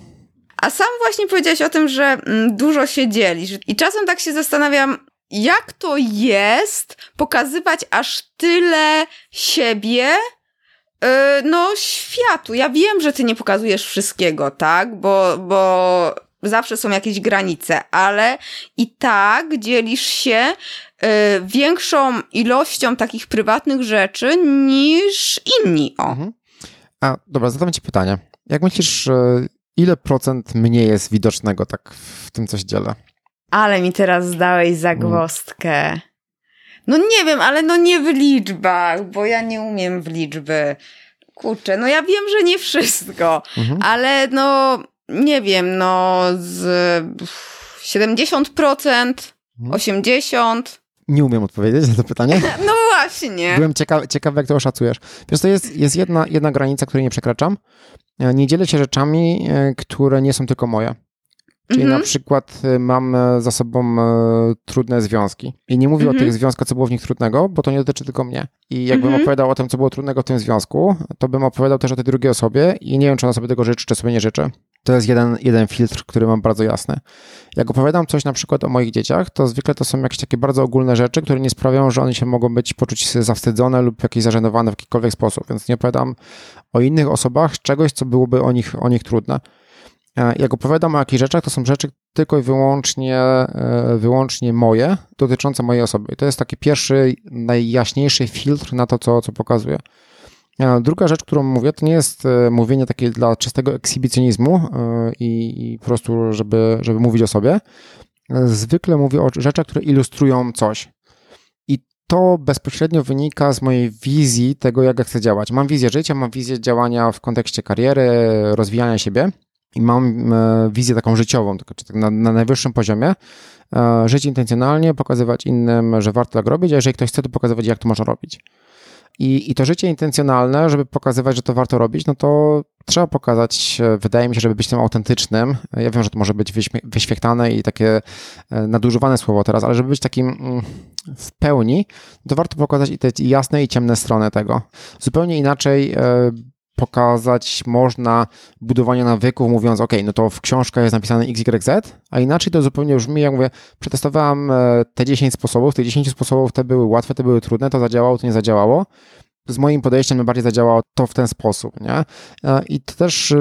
A sam właśnie powiedziałeś o tym, że dużo się dzielisz i czasem tak się zastanawiam, jak to jest pokazywać aż tyle siebie yy, no światu. Ja wiem, że ty nie pokazujesz wszystkiego, tak? Bo, bo zawsze są jakieś granice, ale i tak dzielisz się y, większą ilością takich prywatnych rzeczy niż inni. O. Mhm. A dobra, zadam ci pytanie. Jak myślisz, ile procent mniej jest widocznego tak w tym, co się dzielę? Ale mi teraz zdałeś zagwozdkę. Hmm. No nie wiem, ale no nie w liczbach, bo ja nie umiem w liczby. Kurczę, no ja wiem, że nie wszystko, mhm. ale no nie wiem, no z siedemdziesiąt procent, mhm. osiemdziesiąt procent. Nie umiem odpowiedzieć na to pytanie. No właśnie. Byłem ciekawy, ciekawy jak to oszacujesz. Wiesz, to jest, jest jedna, jedna granica, której nie przekraczam. Nie dzielę się rzeczami, które nie są tylko moje. Czyli mhm. na przykład mam za sobą trudne związki. I nie mówię mhm. o tych związkach, co było w nich trudnego, bo to nie dotyczy tylko mnie. I jakbym mhm. opowiadał o tym, co było trudnego w tym związku, to bym opowiadał też o tej drugiej osobie i nie wiem, czy ona sobie tego życzy, czy sobie nie życzy. To jest jeden, jeden filtr, który mam bardzo jasny. Jak opowiadam coś na przykład o moich dzieciach, to zwykle to są jakieś takie bardzo ogólne rzeczy, które nie sprawiają, że oni się mogą być poczuć zawstydzone lub jakieś zażenowane w jakikolwiek sposób. Więc nie opowiadam o innych osobach czegoś, co byłoby o nich, o nich trudne. Jak opowiadam o jakichś rzeczach, to są rzeczy tylko i wyłącznie, wyłącznie moje, dotyczące mojej osoby. I to jest taki pierwszy, najjaśniejszy filtr na to, co, co pokazuję. Druga rzecz, którą mówię, to nie jest mówienie takie dla czystego ekshibicjonizmu i, i po prostu, żeby, żeby mówić o sobie. Zwykle mówię o rzeczach, które ilustrują coś. I to bezpośrednio wynika z mojej wizji tego, jak ja chcę działać. Mam wizję życia, mam wizję działania w kontekście kariery, rozwijania siebie i mam wizję taką życiową, tak na, na najwyższym poziomie. Żyć intencjonalnie, pokazywać innym, że warto tak robić, a jeżeli ktoś chce, to pokazywać, jak to można robić. I, I to życie intencjonalne, żeby pokazywać, że to warto robić, no to trzeba pokazać, wydaje mi się, żeby być tym autentycznym. Ja wiem, że to może być wyśmie- wyświechtane i takie nadużywane słowo teraz, ale żeby być takim w pełni, to warto pokazać i te jasne i ciemne strony tego. Zupełnie inaczej pokazać można budowanie nawyków, mówiąc, ok, no to w książkach jest napisane X Y Z, a inaczej to zupełnie brzmi, jak mówię, przetestowałem te dziesięć sposobów, te dziesięć sposobów, te były łatwe, te były trudne, to zadziałało, to nie zadziałało. Z moim podejściem najbardziej zadziałało to w ten sposób, nie? I to też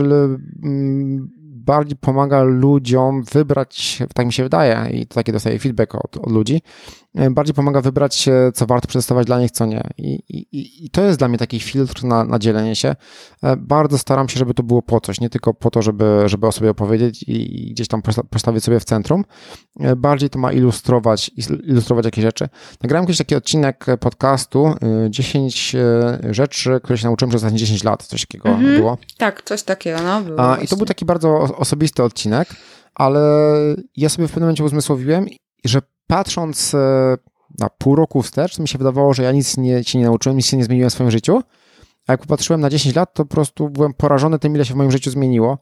bardziej pomaga ludziom wybrać, tak mi się wydaje, i to taki dostaję feedback od, od ludzi, bardziej pomaga wybrać, co warto przetestować dla nich, co nie. I, i, i to jest dla mnie taki filtr na, na dzielenie się. Bardzo staram się, żeby to było po coś, nie tylko po to, żeby, żeby o sobie opowiedzieć i, i gdzieś tam postawić sobie w centrum. Bardziej to ma ilustrować, ilustrować jakieś rzeczy. Nagrałem kiedyś taki odcinek podcastu, dziesięć rzeczy, które się nauczyłem przez ostatnie dziesięć lat, coś takiego mhm. było. Tak, coś takiego, no. Było A, I to był taki bardzo osobisty odcinek, ale ja sobie w pewnym momencie uzmysłowiłem, że patrząc na pół roku wstecz, to mi się wydawało, że ja nic nie, się nie nauczyłem, nic się nie zmieniłem w swoim życiu, a jak popatrzyłem na dziesięć lat, to po prostu byłem porażony tym, ile się w moim życiu zmieniło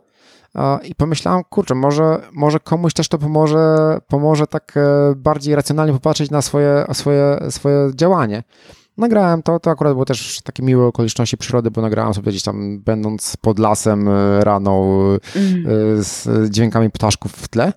i pomyślałem, kurczę, może, może komuś też to pomoże, pomoże tak bardziej racjonalnie popatrzeć na swoje, swoje, swoje działanie. Nagrałem to, to akurat było też takie miłe okoliczności przyrody, bo nagrałem sobie gdzieś tam będąc pod lasem rano mm. z dźwiękami ptaszków w tle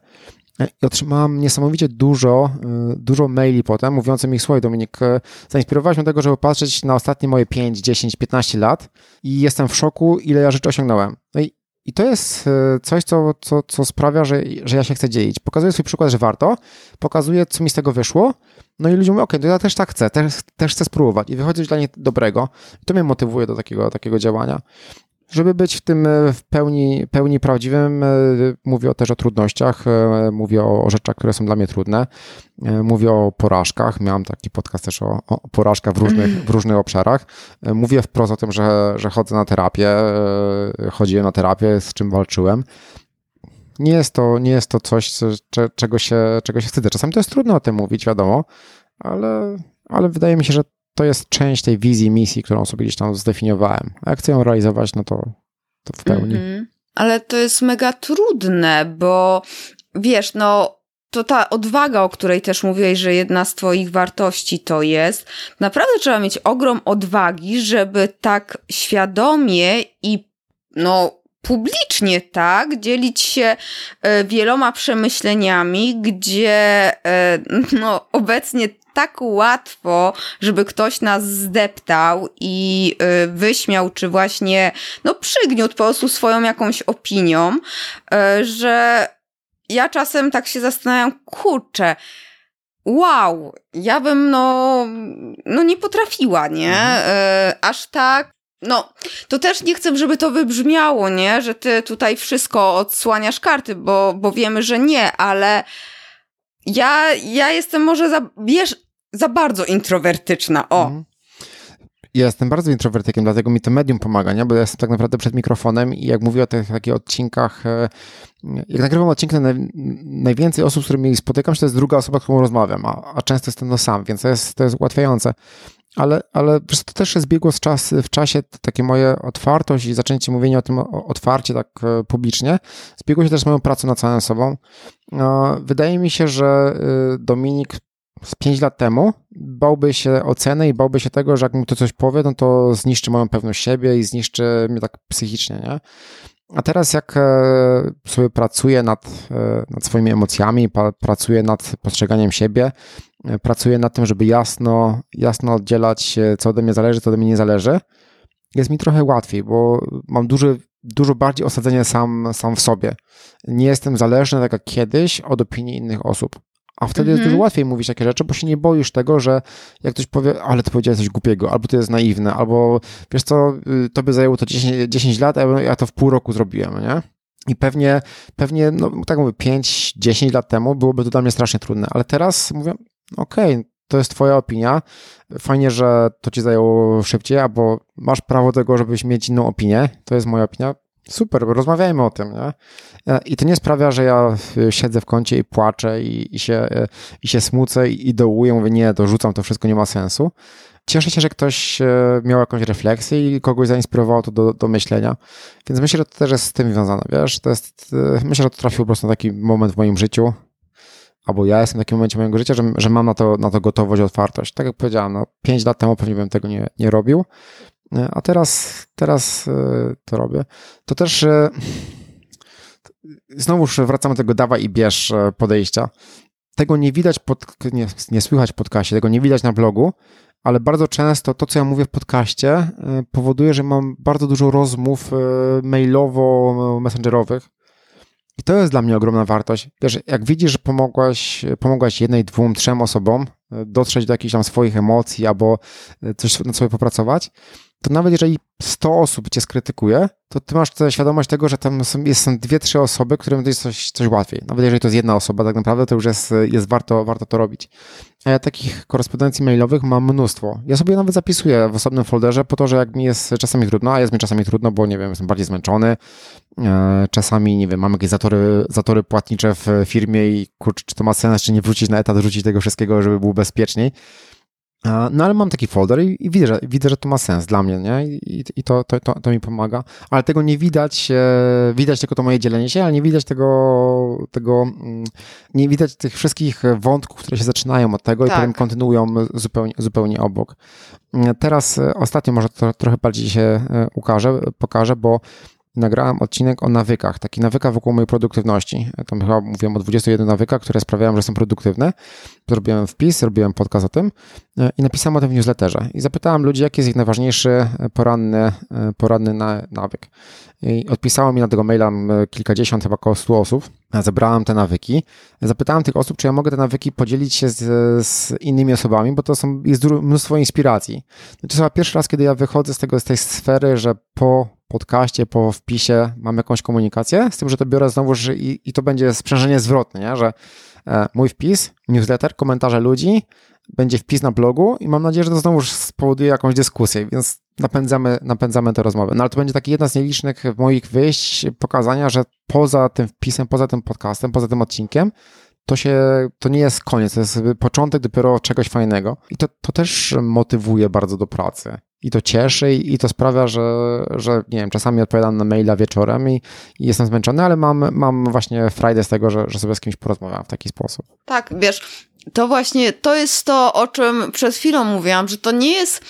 i otrzymałem niesamowicie dużo, dużo maili potem mówiących mi, słuchaj Dominik, zainspirowałeś mnie do tego, żeby patrzeć na ostatnie moje pięć, dziesięć, piętnaście lat i jestem w szoku, ile ja rzeczy osiągnąłem. No i I to jest coś, co, co, co sprawia, że, że ja się chcę dzielić. Pokazuję swój przykład, że warto, pokazuję, co mi z tego wyszło, no i ludzie mówią, okej, to ja też tak chcę, też, też chcę spróbować i wychodzi coś dla nich dobrego. I to mnie motywuje do takiego, takiego działania. Żeby być w tym w pełni, pełni prawdziwym, mówię też o trudnościach, mówię o, o rzeczach, które są dla mnie trudne, mówię o porażkach, miałem taki podcast też o, o porażkach w różnych, w różnych obszarach, mówię wprost o tym, że, że chodzę na terapię, chodziłem na terapię, z czym walczyłem. Nie jest to, nie jest to coś, co, czego, się, czego się wstydzę. Czasami to jest trudno o tym mówić, wiadomo, ale, ale wydaje mi się, że to jest część tej wizji, misji, którą sobie gdzieś tam zdefiniowałem. A jak chcę ją realizować, no to, to w pełni. Mm-hmm. Ale to jest mega trudne, bo wiesz, no to ta odwaga, o której też mówiłeś, że jedna z twoich wartości to jest, naprawdę trzeba mieć ogrom odwagi, żeby tak świadomie i no publicznie, tak, dzielić się e, wieloma przemyśleniami, gdzie e, no obecnie tak łatwo, żeby ktoś nas zdeptał i y, wyśmiał, czy właśnie no przygniótł po prostu swoją jakąś opinią, y, że ja czasem tak się zastanawiam, kurczę, wow, ja bym no, no nie potrafiła, nie? Y, aż tak. No, to też nie chcę, żeby to wybrzmiało, nie? Że ty tutaj wszystko odsłaniasz karty, bo, bo wiemy, że nie, ale ja, ja jestem może za, wiesz, za bardzo introwertyczna, o. Mhm. Ja jestem bardzo introwertykiem, dlatego mi to medium pomaga, nie? Bo ja jestem tak naprawdę przed mikrofonem i jak mówię o tych takich odcinkach, jak nagrywam odcinki, naj, najwięcej osób, z którymi spotykam się, to jest druga osoba, z którą rozmawiam, a, a często jestem to sam, więc to jest, to jest ułatwiające. Ale, ale wiesz, to też zbiegło z czas, w czasie takie moje otwartość i zaczęcie mówienia o tym otwarcie tak publicznie, zbiegło się też z moją pracą nad samym sobą. Wydaje mi się, że Dominik z pięć lat temu bałby się oceny i bałby się tego, że jak mu to coś powie, no to zniszczy moją pewność siebie i zniszczy mnie tak psychicznie, nie? A teraz jak sobie pracuję nad, nad swoimi emocjami, pracuję nad postrzeganiem siebie, pracuję nad tym, żeby jasno, jasno oddzielać, co ode mnie zależy, co ode mnie nie zależy, jest mi trochę łatwiej, bo mam duży, dużo bardziej osadzenie sam, sam w sobie. Nie jestem zależny, tak jak kiedyś, od opinii innych osób. A wtedy mm-hmm. jest dużo łatwiej mówić takie rzeczy, bo się nie boisz tego, że jak ktoś powie, ale ty powiedziałeś coś głupiego, albo to jest naiwne, albo wiesz co, tobie zajęło to dziesięć, dziesięć lat, a ja to w pół roku zrobiłem, nie? I pewnie, pewnie, no tak mówię, pięć dziesięć lat temu byłoby to dla mnie strasznie trudne, ale teraz mówię, okej, okay, to jest twoja opinia, fajnie, że to ci zajęło szybciej, albo masz prawo do tego, żebyś mieć inną opinię, to jest moja opinia, super, rozmawiajmy o tym, nie? I to nie sprawia, że ja siedzę w kącie i płaczę i, i, się, i się smucę i, i dołuję, mówię, nie, to rzucam, to wszystko nie ma sensu. Cieszę się, że ktoś miał jakąś refleksję i kogoś zainspirowało to do, do myślenia, więc myślę, że to też jest z tym związane, wiesz, to jest, myślę, że to trafił po prostu na taki moment w moim życiu, albo ja jestem w takim momencie mojego życia, że, że mam na to, na to gotowość, otwartość. Tak jak powiedziałem, no, pięć lat temu pewnie bym tego nie, nie robił, a teraz, teraz to robię. To też znowuż wracamy do tego dawaj i bierz podejścia. Tego nie widać, pod, nie, nie słychać w podcaście, tego nie widać na blogu, ale bardzo często to, co ja mówię w podcaście, powoduje, że mam bardzo dużo rozmów mailowo-messengerowych. I to jest dla mnie ogromna wartość. Wiesz, jak widzisz, że pomogłaś, pomogłaś jednej, dwóm, trzem osobom dotrzeć do jakichś tam swoich emocji albo coś nad sobie popracować, to nawet jeżeli sto osób cię skrytykuje, to ty masz świadomość tego, że tam są, są dwie, trzy osoby, którym to jest coś, coś łatwiej. Nawet jeżeli to jest jedna osoba, tak naprawdę to już jest, jest warto, warto to robić. A ja takich korespondencji mailowych mam mnóstwo. Ja sobie nawet zapisuję w osobnym folderze po to, że jak mi jest czasami trudno, a jest mi czasami trudno, bo nie wiem, jestem bardziej zmęczony, czasami, nie wiem, mam jakieś zatory, zatory płatnicze w firmie i kurczę, czy to ma sens, czy nie wrócić na etat, wrzucić tego wszystkiego, żeby było bezpieczniej. No ale mam taki folder i, i widzę, że, widzę, że to ma sens dla mnie, nie? I, i to, to, to, to mi pomaga, ale tego nie widać, e, widać tylko to moje dzielenie się, ale nie widać tego, tego nie widać tych wszystkich wątków, które się zaczynają od tego tak. i potem kontynuują zupełnie, zupełnie obok. Teraz ostatnio może to trochę bardziej się ukaże, pokażę, bo nagrałem odcinek o nawykach, taki nawykach wokół mojej produktywności. Tam chyba mówiłem o dwudziestu jeden nawykach, które sprawiają, że są produktywne. Zrobiłem wpis, zrobiłem podcast o tym i napisałem o tym w newsletterze. I zapytałem ludzi, jaki jest ich najważniejszy poranny, poranny nawyk. I odpisało mi na tego maila kilkadziesiąt, chyba około stu osób. Zebrałem te nawyki. Zapytałem tych osób, czy ja mogę te nawyki podzielić się z, z innymi osobami, bo to są, jest mnóstwo inspiracji. To jest chyba pierwszy raz, kiedy ja wychodzę z tego, z tej sfery, że po podcaście, po wpisie mam jakąś komunikację, z tym, że to biorę znowuż i, i to będzie sprzężenie zwrotne, nie? Że e, mój wpis, newsletter, komentarze ludzi, będzie wpis na blogu i mam nadzieję, że to znowuż spowoduje jakąś dyskusję, więc napędzamy, napędzamy tę rozmowę. No ale to będzie taki jedna z nielicznych moich wyjść, pokazania, że poza tym wpisem, poza tym podcastem, poza tym odcinkiem, to się, to nie jest koniec, to jest początek dopiero czegoś fajnego. I to, to też motywuje bardzo do pracy. I to cieszy i, i to sprawia, że, że nie wiem, czasami odpowiadam na maila wieczorem i, i jestem zmęczony, ale mam, mam właśnie frajdę z tego, że, że sobie z kimś porozmawiam w taki sposób. Tak, wiesz, to właśnie, to jest to, o czym przed chwilą mówiłam, że to nie jest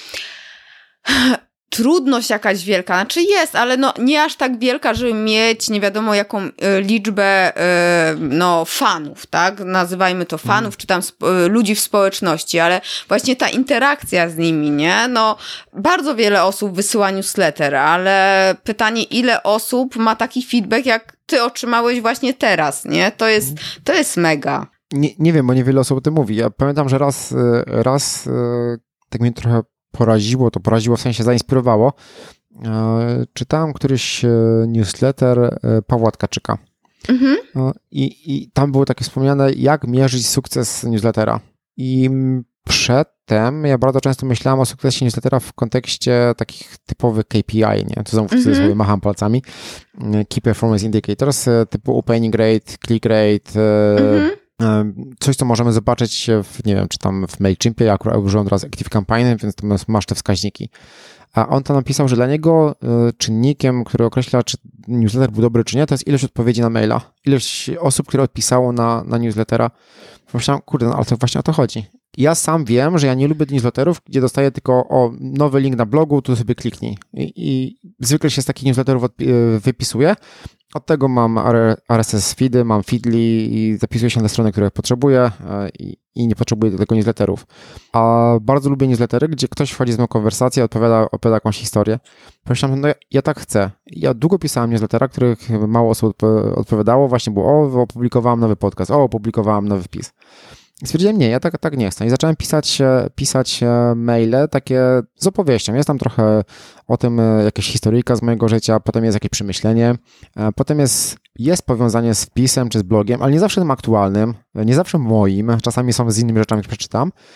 trudność jakaś wielka, znaczy jest, ale no nie aż tak wielka, żeby mieć nie wiadomo jaką y, liczbę y, no fanów, tak? Nazywajmy to fanów, mm. czy tam sp- y, ludzi w społeczności, ale właśnie ta interakcja z nimi, nie? No bardzo wiele osób wysyła newsletter, ale pytanie, ile osób ma taki feedback, jak ty otrzymałeś właśnie teraz, nie? To jest, to jest mega. Nie, nie wiem, bo niewiele osób o tym mówi. Ja pamiętam, że raz, raz tak mnie trochę poraziło, to poraziło w sensie zainspirowało. Czytałem któryś newsletter Pawła Tkaczyka. Mhm. I, I tam było takie wspomniane, jak mierzyć sukces newslettera. I przedtem ja bardzo często myślałem o sukcesie newslettera w kontekście takich typowych K P I, nie? To znowu mhm. sobie macham palcami. Key Performance Indicators typu opening rate, click rate, mhm. coś, co możemy zobaczyć w, nie wiem, czy tam w MailChimpie, ja akurat użyłem teraz Active Campaign, więc tam masz te wskaźniki. A on tam napisał, że dla niego czynnikiem, który określa, czy newsletter był dobry, czy nie, to jest ilość odpowiedzi na maila. Ilość osób, które odpisało na, na newslettera. Myślałem, kurde, no ale to właśnie o to chodzi. Ja sam wiem, że ja nie lubię newsletterów, gdzie dostaję tylko o nowy link na blogu, tu sobie kliknij. I, i zwykle się z takich newsletterów odpi- wypisuję. Od tego mam R S S feedy, mam Feedly i zapisuję się na strony, które potrzebuję i, i nie potrzebuję do tego newsletterów. A bardzo lubię newslettery, gdzie ktoś wchodzi z mną w konwersację, odpowiada, opowiada jakąś historię. Pomyślałem, no ja, ja tak chcę. Ja długo pisałem newslettera, których mało osób odpowiadało. Właśnie było, o, opublikowałem nowy podcast, o, opublikowałem nowy wpis. I stwierdziłem, nie, ja tak, tak nie chcę. I zacząłem pisać, pisać maile takie z opowieścią. Jest tam trochę o tym jakaś historyjka z mojego życia, potem jest jakieś przemyślenie, potem jest, jest powiązanie z wpisem czy z blogiem, ale nie zawsze tym aktualnym, nie zawsze moim, czasami są z innymi rzeczami, które przeczytam.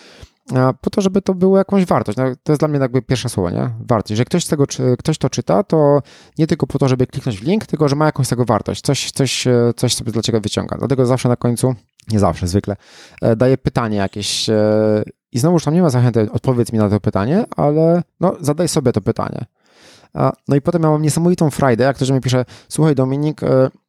po to, żeby to było jakąś wartość. No, to jest dla mnie jakby pierwsze słowo, nie? Wartość. Że ktoś z tego, czy ktoś to czyta, to nie tylko po to, żeby kliknąć w link, tylko że ma jakąś z tego wartość. Coś, coś, coś sobie dla ciebie wyciąga. Dlatego zawsze na końcu, nie zawsze, zwykle, daję pytanie jakieś i znowuż tam nie ma zachęty, odpowiedz mi na to pytanie, ale no, zadaj sobie to pytanie. No i potem ja mam niesamowitą frajdę, jak ktoś mi pisze, słuchaj Dominik,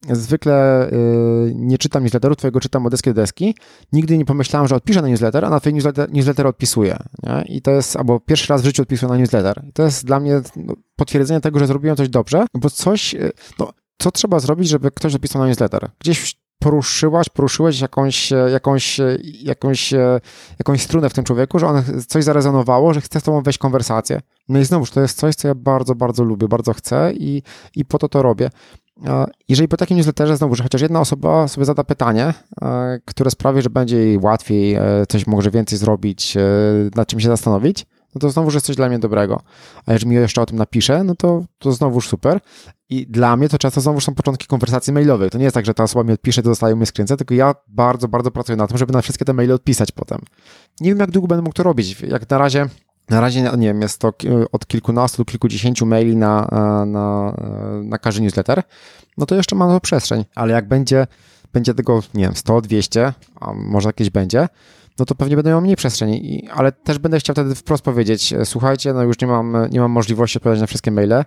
zwykle nie czytam newsletterów, twojego czytam od deski do deski, nigdy nie pomyślałem, że odpiszę na newsletter, a na twój newsletter, newsletter odpisuję. Nie? I to jest, albo pierwszy raz w życiu odpisuję na newsletter. I to jest dla mnie no, potwierdzenie tego, że zrobiłem coś dobrze, bo coś, no, co trzeba zrobić, żeby ktoś odpisał na newsletter? Gdzieś poruszyłaś, poruszyłeś jakąś, jakąś, jakąś, jakąś strunę w tym człowieku, że on coś zarezonowało, że chce z tobą wejść w konwersację. No i znowuż, to jest coś, co ja bardzo, bardzo lubię, bardzo chcę i, i po to to robię. Jeżeli po takim newsletterze znowu, że chociaż jedna osoba sobie zada pytanie, które sprawi, że będzie jej łatwiej coś może więcej zrobić, nad czym się zastanowić, no to znowuż jest coś dla mnie dobrego. A jeżeli mi jeszcze o tym napisze, no to, to znowuż super. I dla mnie to często znowuż są początki konwersacji mailowych. To nie jest tak, że ta osoba mi odpisze, to dostaje mnie skręcę, tylko ja bardzo, bardzo pracuję na tym, żeby na wszystkie te maile odpisać potem. Nie wiem, jak długo będę mógł to robić. Jak na razie, na razie nie wiem, jest to od kilkunastu do kilkudziesięciu maili na, na, na każdy newsletter, no to jeszcze mam to przestrzeń. Ale jak będzie, będzie tego, nie wiem, sto, dwieście, a może jakieś będzie, no to pewnie będę miał mniej przestrzeni, I, ale też będę chciał wtedy wprost powiedzieć, słuchajcie, no już nie mam, nie mam możliwości odpowiadać na wszystkie maile,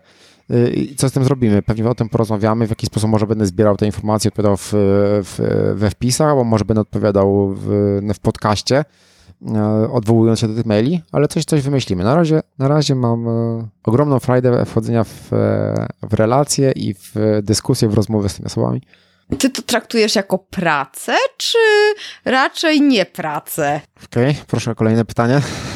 i co z tym zrobimy? Pewnie o tym porozmawiamy, w jaki sposób może będę zbierał te informacje, odpowiadał w, w, we wpisach, albo może będę odpowiadał w, w podcaście, odwołując się do tych maili, ale coś, coś wymyślimy. Na razie, na razie mam ogromną frajdę wchodzenia w, w relacje i w dyskusje, w rozmowy z tymi osobami. Ty to traktujesz jako pracę, czy raczej nie pracę? Okej, okay, proszę o kolejne pytanie.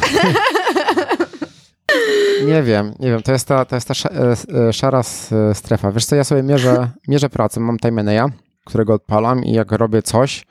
Nie wiem, nie wiem, to jest ta, to jest ta szara strefa. Wiesz co, ja sobie mierzę, mierzę pracę, mam Timeneya, którego odpalam i jak robię coś,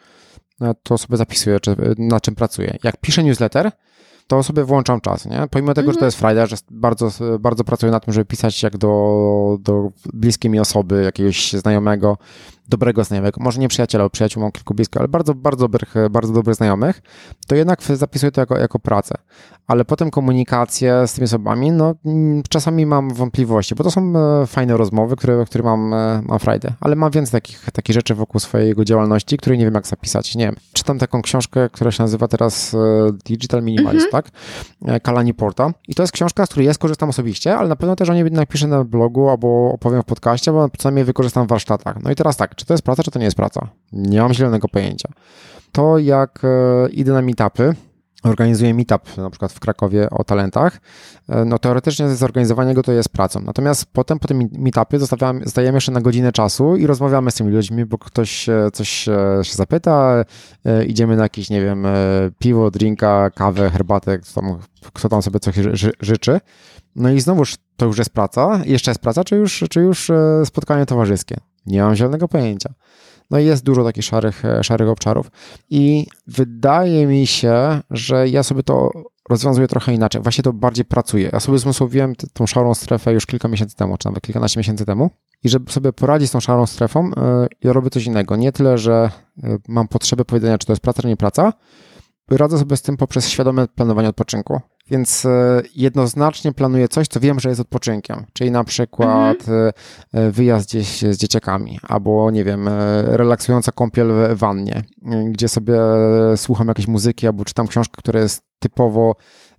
to sobie zapisuję, czy, na czym pracuję. Jak piszę newsletter, to sobie włączam czas, nie? Pomimo tego, mm-hmm. że to jest frajda, że bardzo, bardzo pracuję na tym, żeby pisać jak do, do bliskiej mi osoby, jakiegoś znajomego, dobrego znajomego, może nie przyjaciela, bo przyjaciół mam kilku blisko, ale bardzo, bardzo dobrych, bardzo dobrych znajomych, to jednak zapisuję to jako, jako pracę. Ale potem komunikację z tymi osobami, no czasami mam wątpliwości, bo to są fajne rozmowy, które, które mam, mam frajdę, ale mam więcej takich, takich rzeczy wokół swojego działalności, które nie wiem jak zapisać. Nie wiem, czytam taką książkę, która się nazywa teraz Digital Minimalist, mm-hmm. tak? Kala Newporta. I to jest książka, z której ja skorzystam osobiście, ale na pewno też o niej napiszę na blogu albo opowiem w podcaście, bo co najmniej wykorzystam w warsztatach. No i teraz tak, czy to jest praca, czy to nie jest praca? Nie mam zielonego pojęcia. To jak e, idę na meetupy, organizuję meetup na przykład w Krakowie o talentach, e, no teoretycznie zorganizowanie go to jest pracą. Natomiast potem po tym meetupie zostajemy jeszcze na godzinę czasu i rozmawiamy z tymi ludźmi, bo ktoś e, coś e, się zapyta, e, idziemy na jakieś, nie wiem, e, piwo, drinka, kawę, herbatę, kto tam, kto tam sobie coś ży, życzy. No i znowuż to już jest praca, jeszcze jest praca, czy już, czy już e, spotkanie towarzyskie? Nie mam zielonego pojęcia. No i jest dużo takich szarych, szarych obszarów i wydaje mi się, że ja sobie to rozwiązuję trochę inaczej. Właśnie to bardziej pracuję. Ja sobie zmysłowiłem t- tą szarą strefę już kilka miesięcy temu, czy nawet kilkanaście miesięcy temu i żeby sobie poradzić z tą szarą strefą, yy, ja robię coś innego. Nie tyle, że yy, mam potrzebę powiedzenia, czy to jest praca, czy nie praca. Radzę sobie z tym poprzez świadome planowanie odpoczynku. Więc jednoznacznie planuję coś, co wiem, że jest odpoczynkiem. Czyli na przykład mhm. wyjazd gdzieś z dzieciakami, albo nie wiem, relaksująca kąpiel w wannie, gdzie sobie słucham jakiejś muzyki, albo czytam książkę, która jest typowo,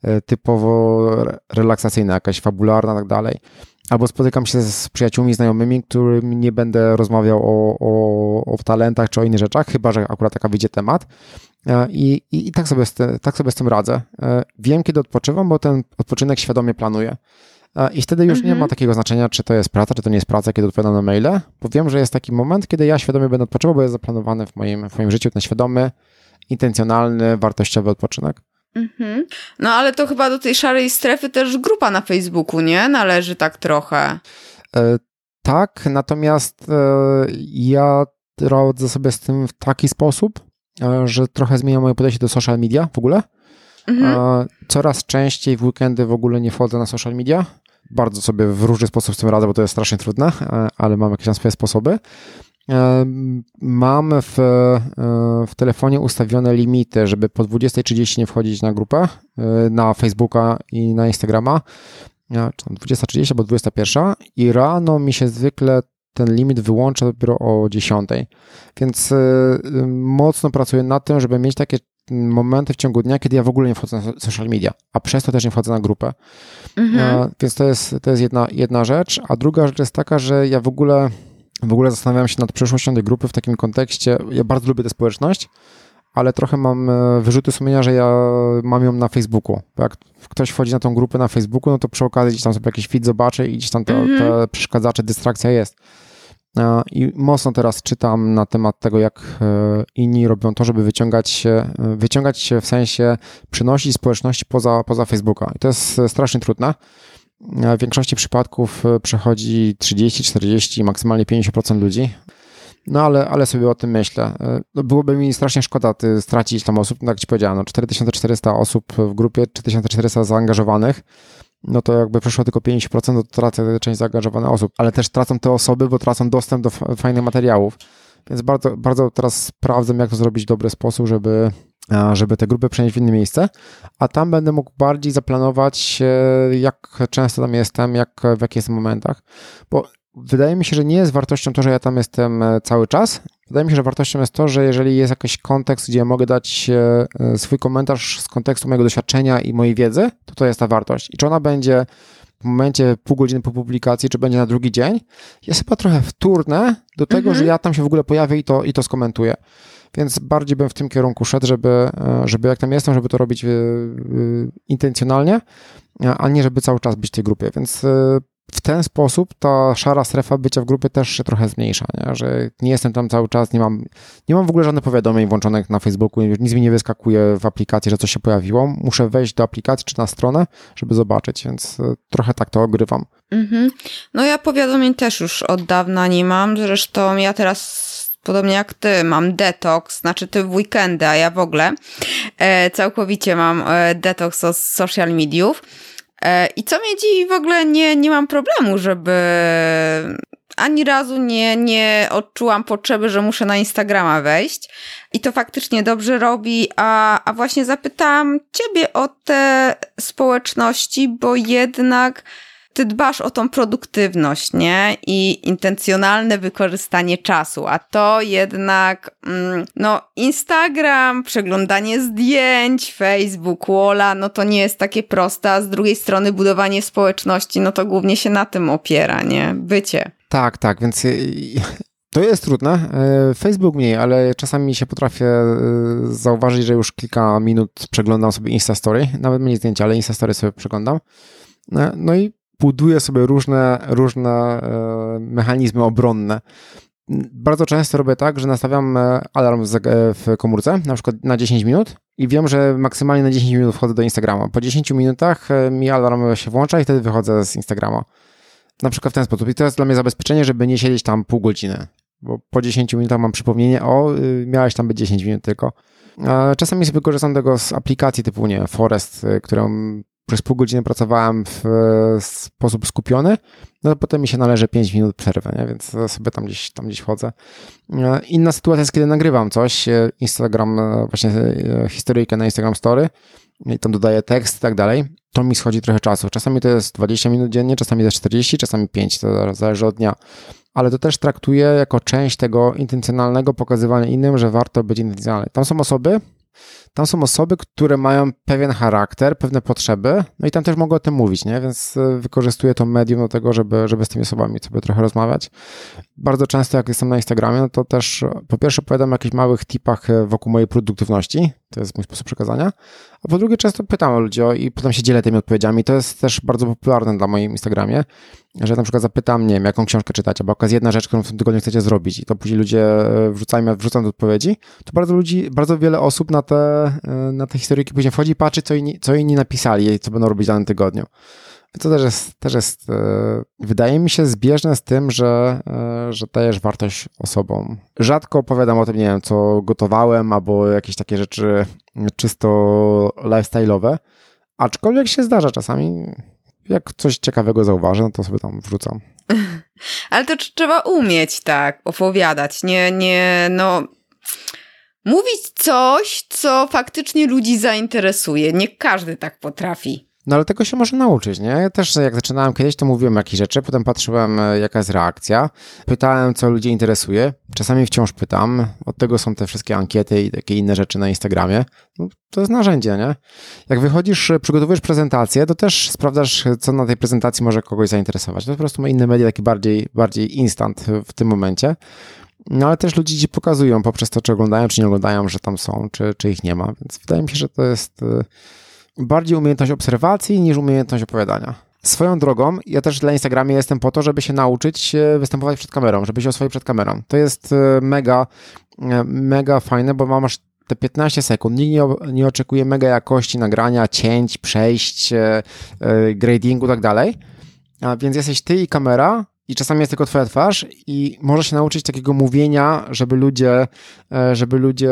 typowo relaksacyjna, jakaś fabularna i tak dalej. Albo spotykam się z przyjaciółmi, znajomymi, którymi nie będę rozmawiał o, o, o talentach czy o innych rzeczach, chyba że akurat taka wyjdzie temat. I, i, i tak, sobie z tym, tak sobie z tym radzę. Wiem, kiedy odpoczywam, bo ten odpoczynek świadomie planuję. I wtedy już mhm. nie ma takiego znaczenia, czy to jest praca, czy to nie jest praca, kiedy odpowiadam na maile, bo wiem, że jest taki moment, kiedy ja świadomie będę odpoczywał, bo jest zaplanowany w moim, w moim życiu ten świadomy, intencjonalny, wartościowy odpoczynek. Mhm. No ale to chyba do tej szarej strefy też grupa na Facebooku, nie? Należy tak trochę. E, tak, natomiast e, ja radzę sobie z tym w taki sposób, e, że trochę zmieniam moje podejście do social media w ogóle. Mhm. E, coraz częściej w weekendy w ogóle nie wchodzę na social media. Bardzo sobie w różny sposób z tym radzę, bo to jest strasznie trudne, e, ale mam jakieś tam swoje sposoby. Mam w, w telefonie ustawione limity, żeby po dwudziestej trzydzieści nie wchodzić na grupę, na Facebooka i na Instagrama, czy tam dwudziesta trzydzieści albo dwudziesta pierwsza i rano mi się zwykle ten limit wyłącza dopiero o dziesiątej, więc mocno pracuję nad tym, żeby mieć takie momenty w ciągu dnia, kiedy ja w ogóle nie wchodzę na social media, a przez to też nie wchodzę na grupę. Mhm. Więc to jest, to jest jedna, jedna rzecz, a druga rzecz jest taka, że ja w ogóle w ogóle zastanawiam się nad przyszłością tej grupy w takim kontekście. Ja bardzo lubię tę społeczność, ale trochę mam wyrzuty sumienia, że ja mam ją na Facebooku. Bo jak ktoś wchodzi na tą grupę na Facebooku, no to przy okazji gdzieś tam sobie jakiś feed zobaczy i gdzieś tam te, mm-hmm. te przeszkadzacze, dystrakcja jest. I mocno teraz czytam na temat tego, jak inni robią to, żeby wyciągać się, wyciągać się w sensie przynosić społeczności poza, poza Facebooka. I to jest strasznie trudne. W większości przypadków przechodzi trzydzieści, czterdzieści, maksymalnie pięćdziesiąt procent ludzi. No ale, ale sobie o tym myślę. Byłoby mi strasznie szkoda ty stracić tam osób, no jak ci powiedziałem, no cztery tysiące czterysta osób w grupie, trzy tysiące czterysta zaangażowanych, no to jakby przeszło tylko pięćdziesiąt procent, to tracę część zaangażowanych osób, ale też tracą te osoby, bo tracą dostęp do fajnych materiałów. Więc bardzo, bardzo teraz sprawdzam, jak to zrobić w dobry sposób, żeby żeby tę grupę przenieść w inne miejsce, a tam będę mógł bardziej zaplanować, jak często tam jestem, jak, w jakich jestem momentach, bo wydaje mi się, że nie jest wartością to, że ja tam jestem cały czas. Wydaje mi się, że wartością jest to, że jeżeli jest jakiś kontekst, gdzie mogę dać swój komentarz z kontekstu mojego doświadczenia i mojej wiedzy, to to jest ta wartość. I czy ona będzie w momencie pół godziny po publikacji, czy będzie na drugi dzień, jest chyba trochę wtórne do tego, mhm. że ja tam się w ogóle pojawię i to, i to skomentuję. Więc bardziej bym w tym kierunku szedł, żeby, żeby jak tam jestem, żeby to robić intencjonalnie, a nie żeby cały czas być w tej grupie. Więc w ten sposób ta szara strefa bycia w grupie też się trochę zmniejsza, nie? Że nie jestem tam cały czas, nie mam, nie mam w ogóle żadnych powiadomień włączonych na Facebooku, nic mi nie wyskakuje w aplikacji, że coś się pojawiło. Muszę wejść do aplikacji czy na stronę, żeby zobaczyć, więc trochę tak to ogrywam. Mhm. No ja powiadomień też już od dawna nie mam, zresztą ja teraz podobnie jak ty, mam detoks, znaczy ty w weekendy, a ja w ogóle e, całkowicie mam e, detoks od social mediów. E, I co mnie dziwi, w ogóle nie, nie mam problemu, żeby ani razu nie, nie odczułam potrzeby, że muszę na Instagrama wejść. I to faktycznie dobrze robi, a, a właśnie zapytałam ciebie o te społeczności, bo jednak ty dbasz o tą produktywność, nie? I intencjonalne wykorzystanie czasu, a to jednak, no, Instagram, przeglądanie zdjęć, Facebook, Walla, no to nie jest takie proste, a z drugiej strony budowanie społeczności, no to głównie się na tym opiera, nie? Bycie. Tak, tak, więc to jest trudne. Facebook mniej, ale czasami się potrafię zauważyć, że już kilka minut przeglądam sobie Instastory, nawet mniej zdjęcia, ale Instastory sobie przeglądam. No i buduję sobie różne, różne e, mechanizmy obronne. Bardzo często robię tak, że nastawiam alarm w, w komórce, na przykład na dziesięć minut i wiem, że maksymalnie na dziesięć minut wchodzę do Instagrama. Po dziesięciu minutach mi alarm się włącza i wtedy wychodzę z Instagrama. Na przykład w ten sposób. I to jest dla mnie zabezpieczenie, żeby nie siedzieć tam pół godziny, bo po dziesięciu minutach mam przypomnienie, o, miałeś tam być dziesięć minut tylko. Czasami sobie korzystam tego z aplikacji typu, nie, Forest, którą przez pół godziny pracowałem w sposób skupiony, no to potem mi się należy pięć minut przerwy, nie? Więc sobie tam gdzieś, tam gdzieś wchodzę. Inna sytuacja jest, kiedy nagrywam coś, Instagram, właśnie historyjkę na Instagram Story i tam dodaję tekst i tak dalej, to mi schodzi trochę czasu. Czasami to jest dwadzieścia minut dziennie, czasami jest czterdzieści, czasami pięć, to zależy od dnia. Ale to też traktuję jako część tego intencjonalnego pokazywania innym, że warto być intencjonalny. Tam są osoby, Tam są osoby, które mają pewien charakter, pewne potrzeby, no i tam też mogę o tym mówić, nie? Więc wykorzystuję to medium do tego, żeby, żeby z tymi osobami sobie trochę rozmawiać. Bardzo często jak jestem na Instagramie, no to też po pierwsze opowiadam o jakichś małych tipach wokół mojej produktywności, to jest mój sposób przekazania, a po drugie często pytam o ludzi i potem się dzielę tymi odpowiedziami. To jest też bardzo popularne na moim Instagramie, że na przykład zapytam, nie wiem, jaką książkę czytacie, bo jaka jest jedna rzecz, którą w tym tygodniu chcecie zrobić i to później ludzie wrzucają, ja wrzucam do odpowiedzi, to bardzo ludzi, bardzo wiele osób na te, na te historyjki później wchodzi i patrzy, co inni, co inni napisali i co będą robić w danym tygodniu. To też jest, też jest, wydaje mi się, zbieżne z tym, że, że dajesz wartość osobom. Rzadko opowiadam o tym, nie wiem, co gotowałem, albo jakieś takie rzeczy czysto lifestyle'owe, aczkolwiek się zdarza czasami. Jak coś ciekawego zauważę, no to sobie tam wrzucam. Ale to trzeba umieć tak opowiadać, nie, nie, no... Mówić coś, co faktycznie ludzi zainteresuje. Nie każdy tak potrafi. No ale tego się może nauczyć, nie? Ja też jak zaczynałem kiedyś, to mówiłem jakieś rzeczy, potem patrzyłem, jaka jest reakcja. Pytałem, co ludzi interesuje. Czasami wciąż pytam. Od tego są te wszystkie ankiety i takie inne rzeczy na Instagramie. No, to jest narzędzie, nie? Jak wychodzisz, przygotowujesz prezentację, to też sprawdzasz, co na tej prezentacji może kogoś zainteresować. To po prostu ma inne media, taki bardziej, bardziej instant w tym momencie. No ale też ludzie ci pokazują poprzez to, czy oglądają, czy nie oglądają, że tam są, czy, czy ich nie ma. Więc wydaje mi się, że to jest bardziej umiejętność obserwacji niż umiejętność opowiadania. Swoją drogą, ja też dla Instagramie jestem po to, żeby się nauczyć występować przed kamerą, żeby się oswoić przed kamerą. To jest mega, mega fajne, bo masz te piętnaście sekund. Nikt nie, nie oczekuje mega jakości nagrania, cięć, przejść, gradingu i tak dalej. A więc jesteś ty i kamera, i czasami jest tylko twoja twarz i możesz się nauczyć takiego mówienia, żeby ludzie, żeby ludzie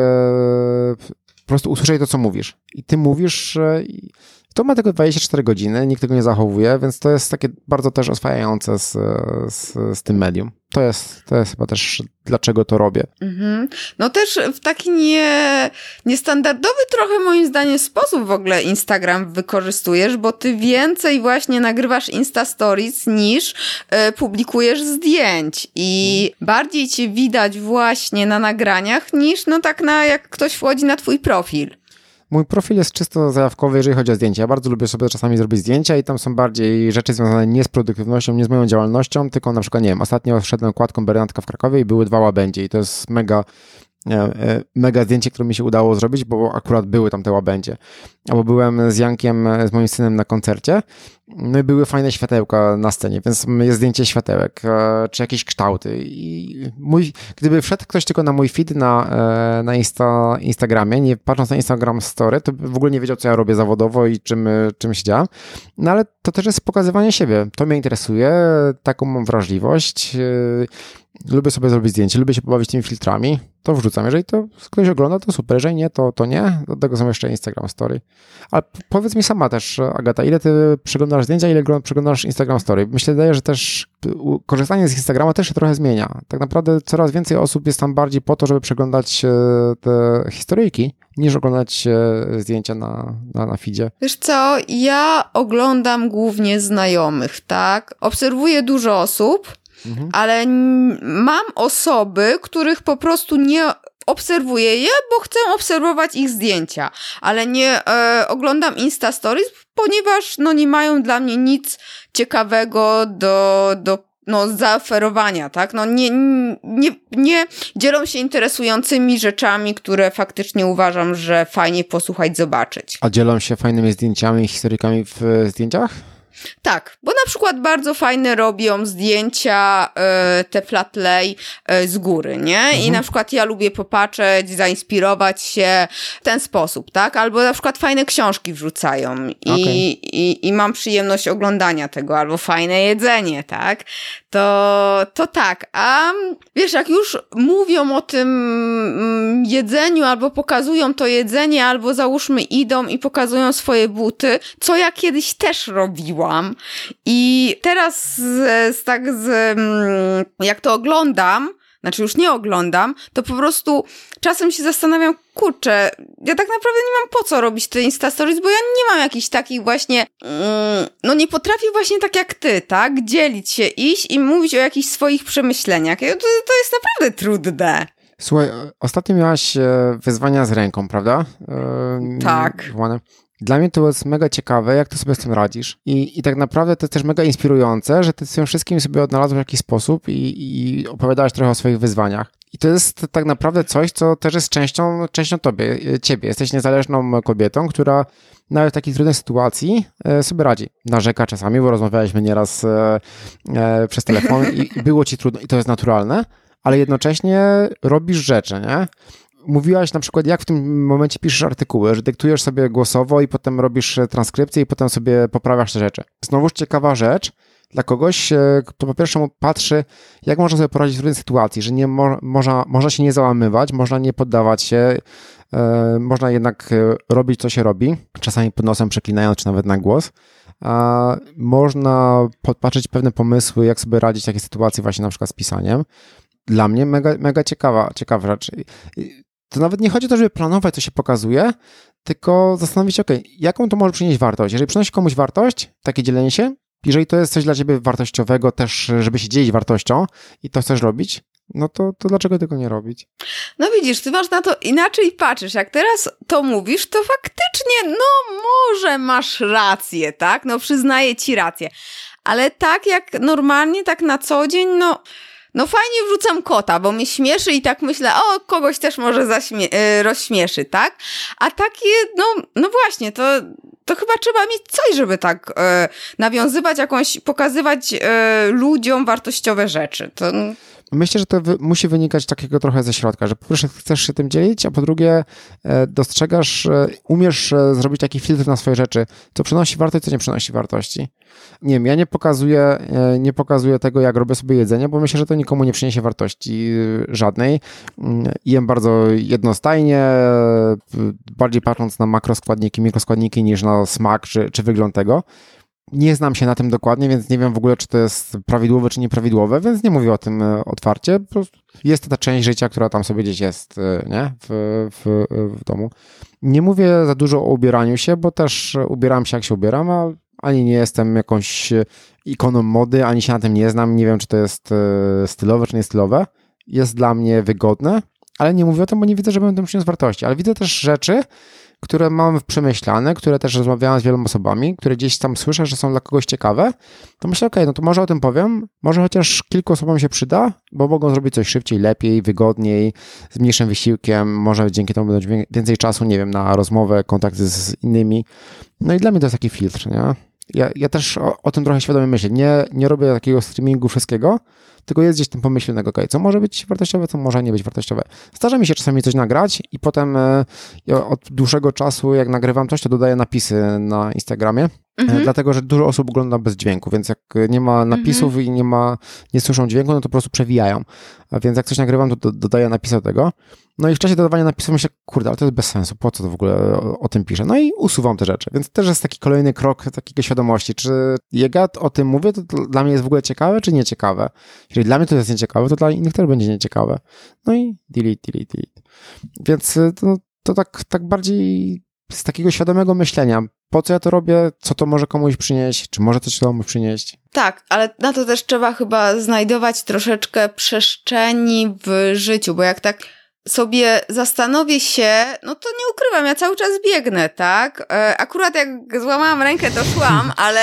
po prostu usłyszeli to, co mówisz. I ty mówisz, i to ma tylko dwadzieścia cztery godziny, nikt tego nie zachowuje, więc to jest takie bardzo też oswajające z, z, z tym medium. To jest, to jest chyba też, dlaczego to robię. Mhm. No też w taki nie, niestandardowy trochę moim zdaniem sposób w ogóle Instagram wykorzystujesz, bo ty więcej właśnie nagrywasz Insta Stories niż y, publikujesz zdjęć i hmm. bardziej cię widać właśnie na nagraniach niż no tak na jak ktoś wchodzi na twój profil. Mój profil jest czysto zajawkowy, jeżeli chodzi o zdjęcia. Ja bardzo lubię sobie czasami zrobić zdjęcia i tam są bardziej rzeczy związane nie z produktywnością, nie z moją działalnością, tylko na przykład, nie wiem, ostatnio szedłem kładką Bernatka w Krakowie i były dwa łabędzie i to jest mega, mega zdjęcie, które mi się udało zrobić, bo akurat były tam te łabędzie. Albo byłem z Jankiem, z moim synem na koncercie, no i były fajne światełka na scenie, więc jest zdjęcie światełek, czy jakieś kształty. I mój, gdyby wszedł ktoś tylko na mój feed na, na Insta, Instagramie, nie patrząc na Instagram Story, to w ogóle nie wiedział, co ja robię zawodowo i czym, czym się działam. No ale to też jest pokazywanie siebie. To mnie interesuje, taką mam wrażliwość. Lubię sobie zrobić zdjęcie, lubię się pobawić tymi filtrami, to wrzucam. Jeżeli to ktoś ogląda, to super, jeżeli nie, to, to nie. Do tego są jeszcze Instagram Story. Ale powiedz mi sama też, Agata, ile ty przeglądasz zdjęcia, ile przeglądasz Instagram Story? Myślę, że też korzystanie z Instagrama też się trochę zmienia. Tak naprawdę coraz więcej osób jest tam bardziej po to, żeby przeglądać te historyjki, niż oglądać zdjęcia na, na, na feedzie. Wiesz co, ja oglądam głównie znajomych, tak? Obserwuję dużo osób, Mhm. ale n- mam osoby, których po prostu nie obserwuję je, bo chcę obserwować ich zdjęcia, ale nie e, oglądam Insta Stories, ponieważ no, nie mają dla mnie nic ciekawego do, do no, zaoferowania, tak? No, nie, nie, nie dzielą się interesującymi rzeczami, które faktycznie uważam, że fajnie posłuchać, zobaczyć. A dzielą się fajnymi zdjęciami, historykami w zdjęciach? Tak, bo na przykład bardzo fajne robią zdjęcia y, te flat lay y, z góry, nie? Mhm. I na przykład ja lubię popatrzeć, zainspirować się w ten sposób, tak? Albo na przykład fajne książki wrzucają i, okay. i, i mam przyjemność oglądania tego, albo fajne jedzenie, tak? To, to tak, a wiesz, jak już mówią o tym jedzeniu, albo pokazują to jedzenie, albo załóżmy idą i pokazują swoje buty, co ja kiedyś też robiłam i teraz z, z tak z, jak to oglądam, znaczy już nie oglądam, to po prostu czasem się zastanawiam, kurczę, ja tak naprawdę nie mam po co robić te Insta Stories, bo ja nie mam jakichś takich właśnie, mm, no nie potrafię właśnie tak jak ty, tak, dzielić się, iść i mówić o jakichś swoich przemyśleniach. To, to jest naprawdę trudne. Słuchaj, ostatnio miałaś wyzwania z ręką, prawda? Tak. Dla mnie to jest mega ciekawe, jak ty sobie z tym radzisz. I, i tak naprawdę to jest też mega inspirujące, że ty z tym wszystkim sobie odnalazłeś w jakiś sposób i, i opowiadałaś trochę o swoich wyzwaniach. I to jest tak naprawdę coś, co też jest częścią, częścią tobie, ciebie. Jesteś niezależną kobietą, która nawet w takiej trudnej sytuacji sobie radzi. Narzeka czasami, bo rozmawialiśmy nieraz e, e, przez telefon i, i było ci trudno i to jest naturalne, ale jednocześnie robisz rzeczy, nie? Mówiłaś na przykład, jak w tym momencie piszesz artykuły, że dyktujesz sobie głosowo i potem robisz transkrypcję i potem sobie poprawiasz te rzeczy. Znowuż ciekawa rzecz dla kogoś, kto po pierwsze patrzy, jak można sobie poradzić w trudnej sytuacji, że nie mo- można, można się nie załamywać, można nie poddawać się, e, można jednak robić, co się robi, czasami pod nosem przeklinając, czy nawet na głos, a można podpatrzeć pewne pomysły, jak sobie radzić w takiej sytuacji właśnie na przykład z pisaniem. Dla mnie mega, mega ciekawa, ciekawa rzecz. To nawet nie chodzi o to, żeby planować, co się pokazuje, tylko zastanowić się, ok, jaką to może przynieść wartość. Jeżeli przynosi komuś wartość, takie dzielenie się, jeżeli to jest coś dla ciebie wartościowego też, żeby się dzielić wartością i to chcesz robić, no to, to dlaczego tego nie robić? No widzisz, ty masz na to inaczej patrzysz. Jak teraz to mówisz, to faktycznie, no może masz rację, tak? No przyznaję ci rację. Ale tak jak normalnie, tak na co dzień, no... No fajnie wrzucam kota, bo mnie śmieszy i tak myślę, o, kogoś też może zaśmie- yy, rozśmieszy, tak? A takie, no, no właśnie, to, to chyba trzeba mieć coś, żeby tak yy, nawiązywać jakąś, pokazywać yy, ludziom wartościowe rzeczy. To... Myślę, że to wy- musi wynikać takiego trochę ze środka, że po pierwsze chcesz się tym dzielić, a po drugie e, dostrzegasz, e, umiesz e, zrobić taki filtr na swoje rzeczy, co przynosi wartość, co nie przynosi wartości. Nie wiem, ja nie pokazuję, e, nie pokazuję tego, jak robię sobie jedzenie, bo myślę, że to nikomu nie przyniesie wartości e, żadnej. Mm, jem bardzo jednostajnie, e, bardziej patrząc na makroskładniki, mikroskładniki niż na smak czy, czy wygląd tego. Nie znam się na tym dokładnie, więc nie wiem w ogóle, czy to jest prawidłowe, czy nieprawidłowe, więc nie mówię o tym otwarcie. Po prostu jest to ta część życia, która tam sobie gdzieś jest, nie? W, w, w domu. Nie mówię za dużo o ubieraniu się, bo też ubieram się, jak się ubieram, a ani nie jestem jakąś ikoną mody, ani się na tym nie znam. Nie wiem, czy to jest stylowe, czy nie stylowe. Jest dla mnie wygodne, ale nie mówię o tym, bo nie widzę, że będę tym przyniósł wartości. Ale widzę też rzeczy, które mam przemyślane, które też rozmawiałem z wieloma osobami, które gdzieś tam słyszę, że są dla kogoś ciekawe, to myślę, okej, okay, no to może o tym powiem, może chociaż kilku osobom się przyda, bo mogą zrobić coś szybciej, lepiej, wygodniej, z mniejszym wysiłkiem, może dzięki temu będą więcej czasu, nie wiem, na rozmowę, kontakty z innymi. No i dla mnie to jest taki filtr, nie? Ja, ja też o, o tym trochę świadomie myślę. Nie, nie robię takiego streamingu wszystkiego, tylko jest gdzieś ten pomyślnego, okay, co może być wartościowe, co może nie być wartościowe. Zdarza mi się czasami coś nagrać i potem e, ja od dłuższego czasu, jak nagrywam coś, to dodaję napisy na Instagramie, mhm. e, dlatego, że dużo osób ogląda bez dźwięku, więc jak nie ma napisów mhm. i nie ma, nie słyszą dźwięku, no to po prostu przewijają. A więc jak coś nagrywam, to do, dodaję napisy do tego. No i w czasie dodawania napisów myślę, kurde, ale to jest bez sensu, po co to w ogóle o, o tym piszę? No i usuwam te rzeczy, więc też jest taki kolejny krok takiego świadomości, czy jak ja o tym mówię, to, to dla mnie jest w ogóle ciekawe, czy nieciekawe? Jeżeli dla mnie to jest nieciekawe, to dla innych też będzie nieciekawe. No i delete, delete, delete. Więc to, to tak, tak bardziej z takiego świadomego myślenia, po co ja to robię, co to może komuś przynieść, czy może coś komuś przynieść. Tak, ale na to też trzeba chyba znajdować troszeczkę przestrzeni w życiu, bo jak tak sobie zastanowię się, no to nie ukrywam, ja cały czas biegnę, tak? Akurat jak złamałam rękę, to szłam, ale,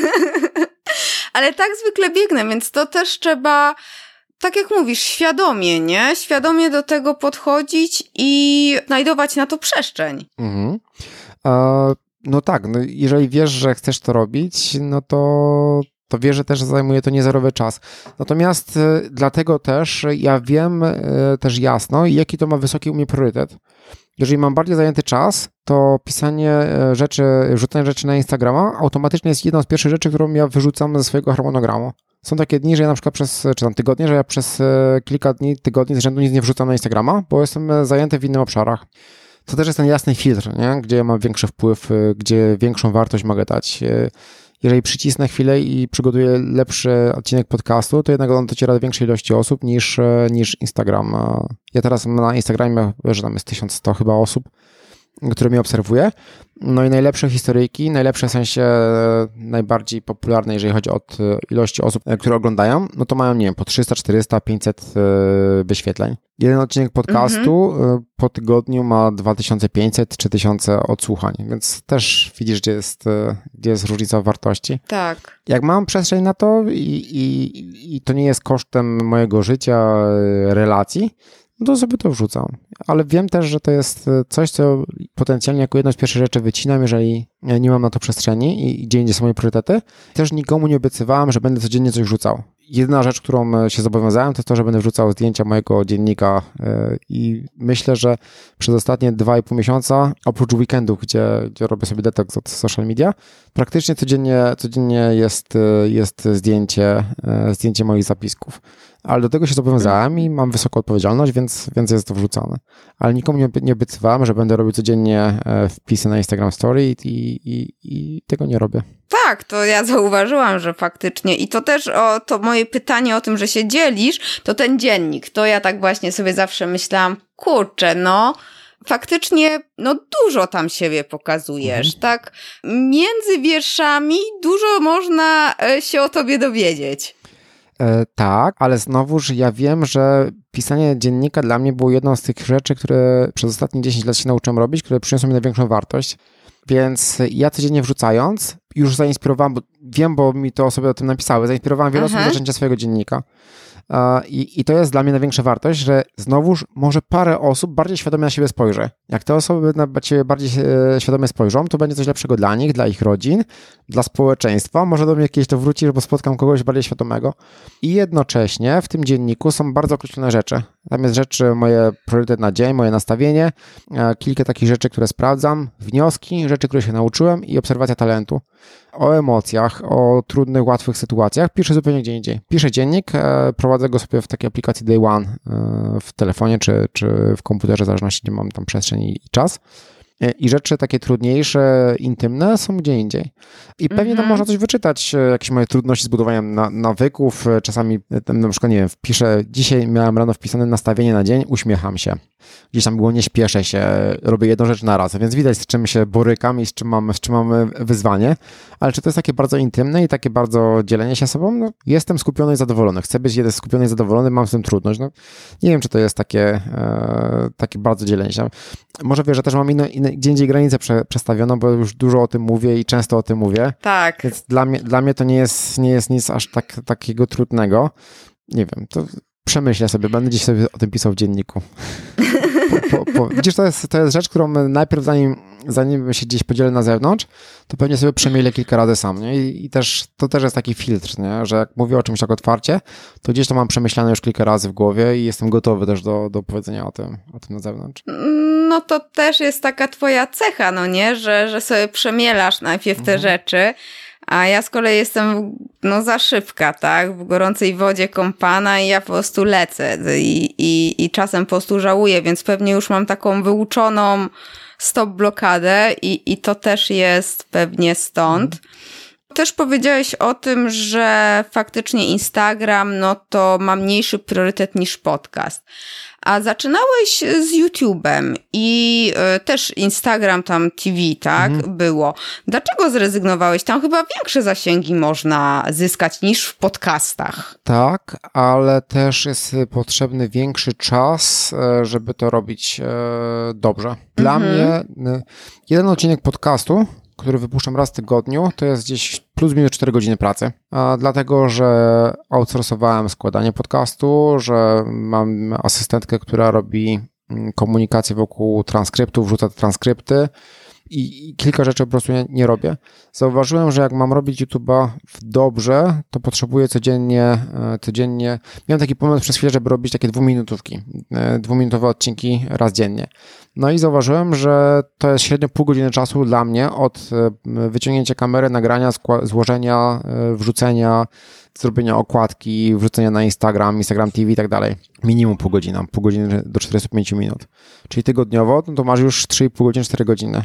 ale tak zwykle biegnę, więc to też trzeba, tak jak mówisz, świadomie, nie? Świadomie do tego podchodzić i znajdować na to przestrzeń. Mhm. A, no tak, no jeżeli wiesz, że chcesz to robić, no to to wiesz, że też zajmuje to niezerowy czas. Natomiast y, dlatego też ja wiem y, też jasno, jaki to ma wysoki u mnie priorytet. Jeżeli mam bardziej zajęty czas, to pisanie rzeczy, wrzucanie rzeczy na Instagrama automatycznie jest jedną z pierwszych rzeczy, którą ja wyrzucam ze swojego harmonogramu. Są takie dni, że ja na przykład przez, czy tam tygodnie, że ja przez kilka dni, tygodni z rzędu nic nie wrzucam na Instagrama, bo jestem zajęty w innych obszarach. To też jest ten jasny filtr, nie? Gdzie mam większy wpływ, gdzie większą wartość mogę dać. Jeżeli przycisnę chwilę i przygotuję lepszy odcinek podcastu, to jednak on dociera do większej ilości osób niż, niż Instagram. Ja teraz na Instagramie, że tam jest tysiąc sto chyba osób, które mnie obserwuje. No i najlepsze historyjki, najlepsze w sensie najbardziej popularne, jeżeli chodzi o ilości osób, które oglądają, no to mają, nie wiem, po trzysta, czterysta, pięćset wyświetleń. Jeden odcinek podcastu mm-hmm. po tygodniu ma dwa tysiące pięćset, trzy tysiące odsłuchań, więc też widzisz, gdzie jest, gdzie jest różnica wartości. Tak. Jak mam przestrzeń na to i, i, i to nie jest kosztem mojego życia, relacji, no to sobie to wrzucam. Ale wiem też, że to jest coś, co potencjalnie jako jedną z pierwszych rzeczy wycinam, jeżeli nie mam na to przestrzeni i gdzie indziej są moje priorytety. Też nikomu nie obiecywałem, że będę codziennie coś wrzucał. Jedyna rzecz, którą się zobowiązałem, to to, że będę wrzucał zdjęcia mojego dziennika i myślę, że przez ostatnie dwa i pół miesiąca, oprócz weekendów, gdzie, gdzie robię sobie detoks od social media, praktycznie codziennie, codziennie jest, jest zdjęcie, zdjęcie moich zapisków. ale do tego się zobowiązałem i mam wysoką odpowiedzialność, więc, więc jest to wrzucane. Ale nikomu nie, nie obiecywałem, że będę robił codziennie wpisy na Instagram Story i, i, i tego nie robię. Tak, to ja zauważyłam, że faktycznie i to też o to moje pytanie o tym, że się dzielisz, to ten dziennik, to ja tak właśnie sobie zawsze myślałam, kurczę, no faktycznie, no dużo tam siebie pokazujesz, mhm. tak? Między wierszami dużo można się o tobie dowiedzieć. E, tak, ale znowuż ja wiem, że pisanie dziennika dla mnie było jedną z tych rzeczy, które przez ostatnie dziesięć lat się nauczyłem robić, które przyniosły mi największą wartość. Więc ja codziennie wrzucając, już zainspirowałem, bo wiem, bo mi to osoby o tym napisały, zainspirowałem wiele osób do zaczęcia swojego dziennika. I, I to jest dla mnie największa wartość, że znowuż może parę osób bardziej świadomie na siebie spojrzy. Jak te osoby na ciebie bardziej świadomie spojrzą, to będzie coś lepszego dla nich, dla ich rodzin, dla społeczeństwa. Może do mnie kiedyś to wróci, bo spotkam kogoś bardziej świadomego. I jednocześnie w tym dzienniku są bardzo określone rzeczy. Tam jest rzeczy, moje priorytet na dzień, moje nastawienie, kilka takich rzeczy, które sprawdzam, wnioski, rzeczy, które się nauczyłem i obserwacja talentu. O emocjach, o trudnych, łatwych sytuacjach piszę zupełnie gdzie indziej. Piszę dziennik, prowadzę go sobie w takiej aplikacji Day One w telefonie czy, czy w komputerze, w zależności gdzie mam tam przestrzeń i czas. I rzeczy takie trudniejsze, intymne są gdzie indziej. I pewnie mm-hmm. tam można coś wyczytać, jakieś moje trudności z budowaniem na, nawyków. Czasami tam na przykład, nie wiem, wpiszę, dzisiaj miałem rano wpisane nastawienie na dzień, uśmiecham się. Gdzieś tam było, nie śpieszę się, robię jedną rzecz na raz, więc widać, z czym się borykam i z czym mam, z czym mam wyzwanie. Ale czy to jest takie bardzo intymne i takie bardzo dzielenie się sobą? No, jestem skupiony i zadowolony. Chcę być jeden skupiony i zadowolony, mam z tym trudność. No, nie wiem, czy to jest takie, e, takie bardzo dzielenie się. Może wiesz, że też mam inne, inne, gdzie indziej granicę prze, przestawioną, bo już dużo o tym mówię i często o tym mówię. Tak. Więc dla mnie, dla mnie to nie jest, nie jest nic aż tak, takiego trudnego. Nie wiem, to przemyślę sobie, będę gdzieś sobie o tym pisał w dzienniku. Po, po, po. Widzisz, to jest, to jest rzecz, którą najpierw zanim, zanim się gdzieś podzielę na zewnątrz, to pewnie sobie przemyślę kilka razy sam, nie? I, i też to też jest taki filtr, nie? Że jak mówię o czymś tak otwarcie, to gdzieś to mam przemyślane już kilka razy w głowie i jestem gotowy też do, do powiedzenia o tym, o tym na zewnątrz. No to też jest taka twoja cecha, no nie? Że, że sobie przemielasz najpierw te mhm. rzeczy, a ja z kolei jestem no za szybka, tak? W gorącej wodzie kąpana i ja po prostu lecę i, i, i czasem po prostu żałuję, więc pewnie już mam taką wyuczoną stop blokadę i, i to też jest pewnie stąd. Mm. Też powiedziałeś o tym, że faktycznie Instagram, no to ma mniejszy priorytet niż podcast. A zaczynałeś z YouTube'em i y, też Instagram tam T V, tak, mhm. było. Dlaczego zrezygnowałeś? Tam chyba większe zasięgi można zyskać niż w podcastach. Tak, ale też jest potrzebny większy czas, żeby to robić e, dobrze. Dla mhm. mnie jeden odcinek podcastu, który wypuszczam raz w tygodniu, to jest gdzieś plus minus cztery godziny pracy. A dlatego, że outsourcowałem składanie podcastu, że mam asystentkę, która robi komunikację wokół transkryptów, wrzuca transkrypty i kilka rzeczy po prostu nie, nie robię. Zauważyłem, że jak mam robić YouTube'a dobrze, to potrzebuję codziennie, codziennie... Miałem taki pomysł przez chwilę, żeby robić takie dwuminutówki, dwuminutowe odcinki raz dziennie. No i zauważyłem, że to jest średnio pół godziny czasu dla mnie od wyciągnięcia kamery, nagrania, złożenia, wrzucenia, zrobienia okładki, wrzucenia na Instagram, Instagram T V i tak dalej. Minimum pół godziny, pół godziny do czterdziestu pięciu minut. Czyli tygodniowo, no to masz już trzy i pół godziny, cztery godziny.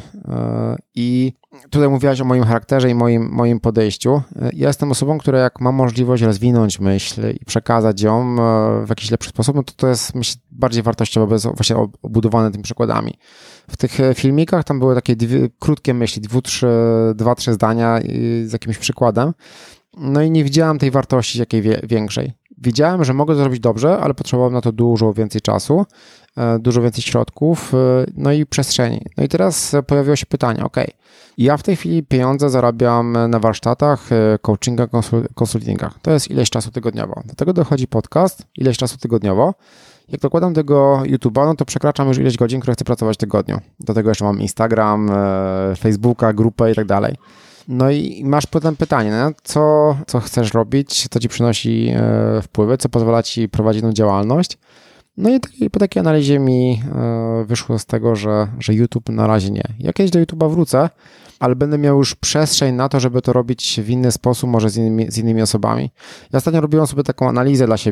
I tutaj mówiłaś o moim charakterze i moim, moim podejściu. Ja jestem osobą, która jak ma możliwość rozwinąć myśl i przekazać ją w jakiś lepszy sposób, no to to jest, myślę, bardziej wartościowe, bo jest właśnie obudowane tymi przykładami. W tych filmikach tam były takie dwie, krótkie myśli, dwu, trzy, dwa, trzy zdania z jakimś przykładem. No i nie widziałem tej wartości jakiej wie, większej. Wiedziałem, że mogę to zrobić dobrze, ale potrzebowałem na to dużo więcej czasu, dużo więcej środków, no i przestrzeni. No i teraz pojawiło się pytanie, ok, ja w tej chwili pieniądze zarabiam na warsztatach, coachingach, konsultingach. To jest ileś czasu tygodniowo. Do tego dochodzi podcast, ileś czasu tygodniowo. Jak dokładam tego YouTube'a, no to przekraczam już ileś godzin, które chcę pracować w tygodniu. Do tego jeszcze mam Instagram, Facebooka, grupę i tak dalej. No i masz potem pytanie, no? co, co chcesz robić, co ci przynosi e, wpływy, co pozwala ci prowadzić tą działalność. No i taki, po takiej analizie mi e, wyszło z tego, że, że YouTube na razie nie. Ja kiedyś do YouTube'a wrócę, ale będę miał już przestrzeń na to, żeby to robić w inny sposób, może z innymi, z innymi osobami. Ja ostatnio robiłem sobie taką analizę dla siebie,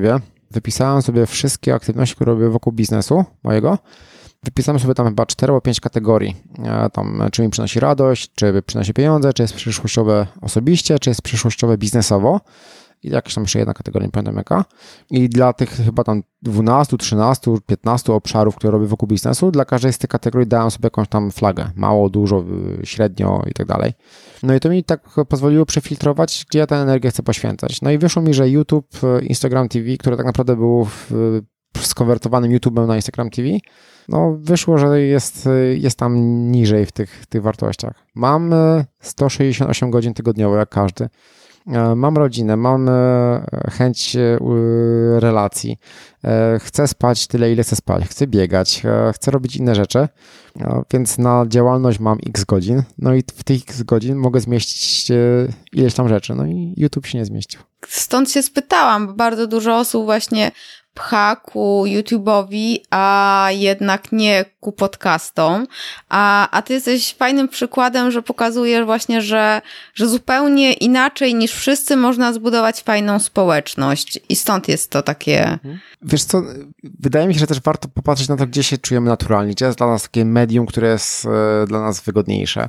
wypisałem sobie wszystkie aktywności, które robię wokół biznesu mojego. Wypisałem sobie tam chyba cztery albo pięć kategorii. Tam, czy mi przynosi radość, czy przynosi pieniądze, czy jest przyszłościowe osobiście, czy jest przyszłościowe biznesowo. I jakaś tam jeszcze jedna kategoria, nie pamiętam jaka. I dla tych chyba tam dwunastu, trzynastu, piętnastu obszarów, które robię wokół biznesu, dla każdej z tych kategorii dałem sobie jakąś tam flagę. Mało, dużo, średnio i tak dalej. No i to mi tak pozwoliło przefiltrować, gdzie ja tę energię chcę poświęcać. No i wyszło mi, że YouTube, Instagram T V, które tak naprawdę było w, skonwertowanym YouTube'em na Instagram T V, no wyszło, że jest, jest tam niżej w tych, tych wartościach. Mam sto sześćdziesiąt osiem godzin tygodniowo, jak każdy. Mam rodzinę, mam chęć relacji, chcę spać tyle, ile chcę spać, chcę biegać, chcę robić inne rzeczy, więc na działalność mam x godzin, no i w tych x godzin mogę zmieścić ileś tam rzeczy, no i YouTube się nie zmieścił. Stąd się spytałam, bo bardzo dużo osób właśnie pcha ku YouTube'owi, a jednak nie ku podcastom, a, a ty jesteś fajnym przykładem, że pokazujesz właśnie, że, że zupełnie inaczej niż wszyscy można zbudować fajną społeczność i stąd jest to takie... Wiesz co, wydaje mi się, że też warto popatrzeć na to, gdzie się czujemy naturalnie, gdzie jest dla nas takie medium, które jest dla nas wygodniejsze.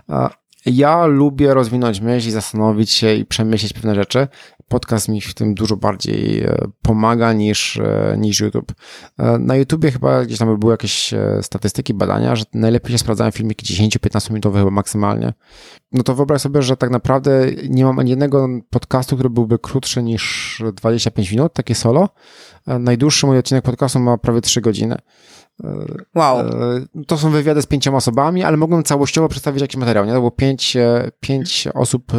Ja lubię rozwinąć myśl i zastanowić się i przemyśleć pewne rzeczy. Podcast mi w tym dużo bardziej pomaga niż, niż YouTube. Na YouTubie chyba gdzieś tam były jakieś statystyki, badania, że najlepiej się sprawdzają filmiki dziesięć-piętnaście minutowe chyba maksymalnie. No to wyobraź sobie, że tak naprawdę nie mam ani jednego podcastu, który byłby krótszy niż dwadzieścia pięć minut, takie solo. Najdłuższy mój odcinek podcastu ma prawie trzy godziny. Wow. To są wywiady z pięcioma osobami, ale mogłem całościowo przedstawić jakiś materiał. Nie? To było pięć, pięć osób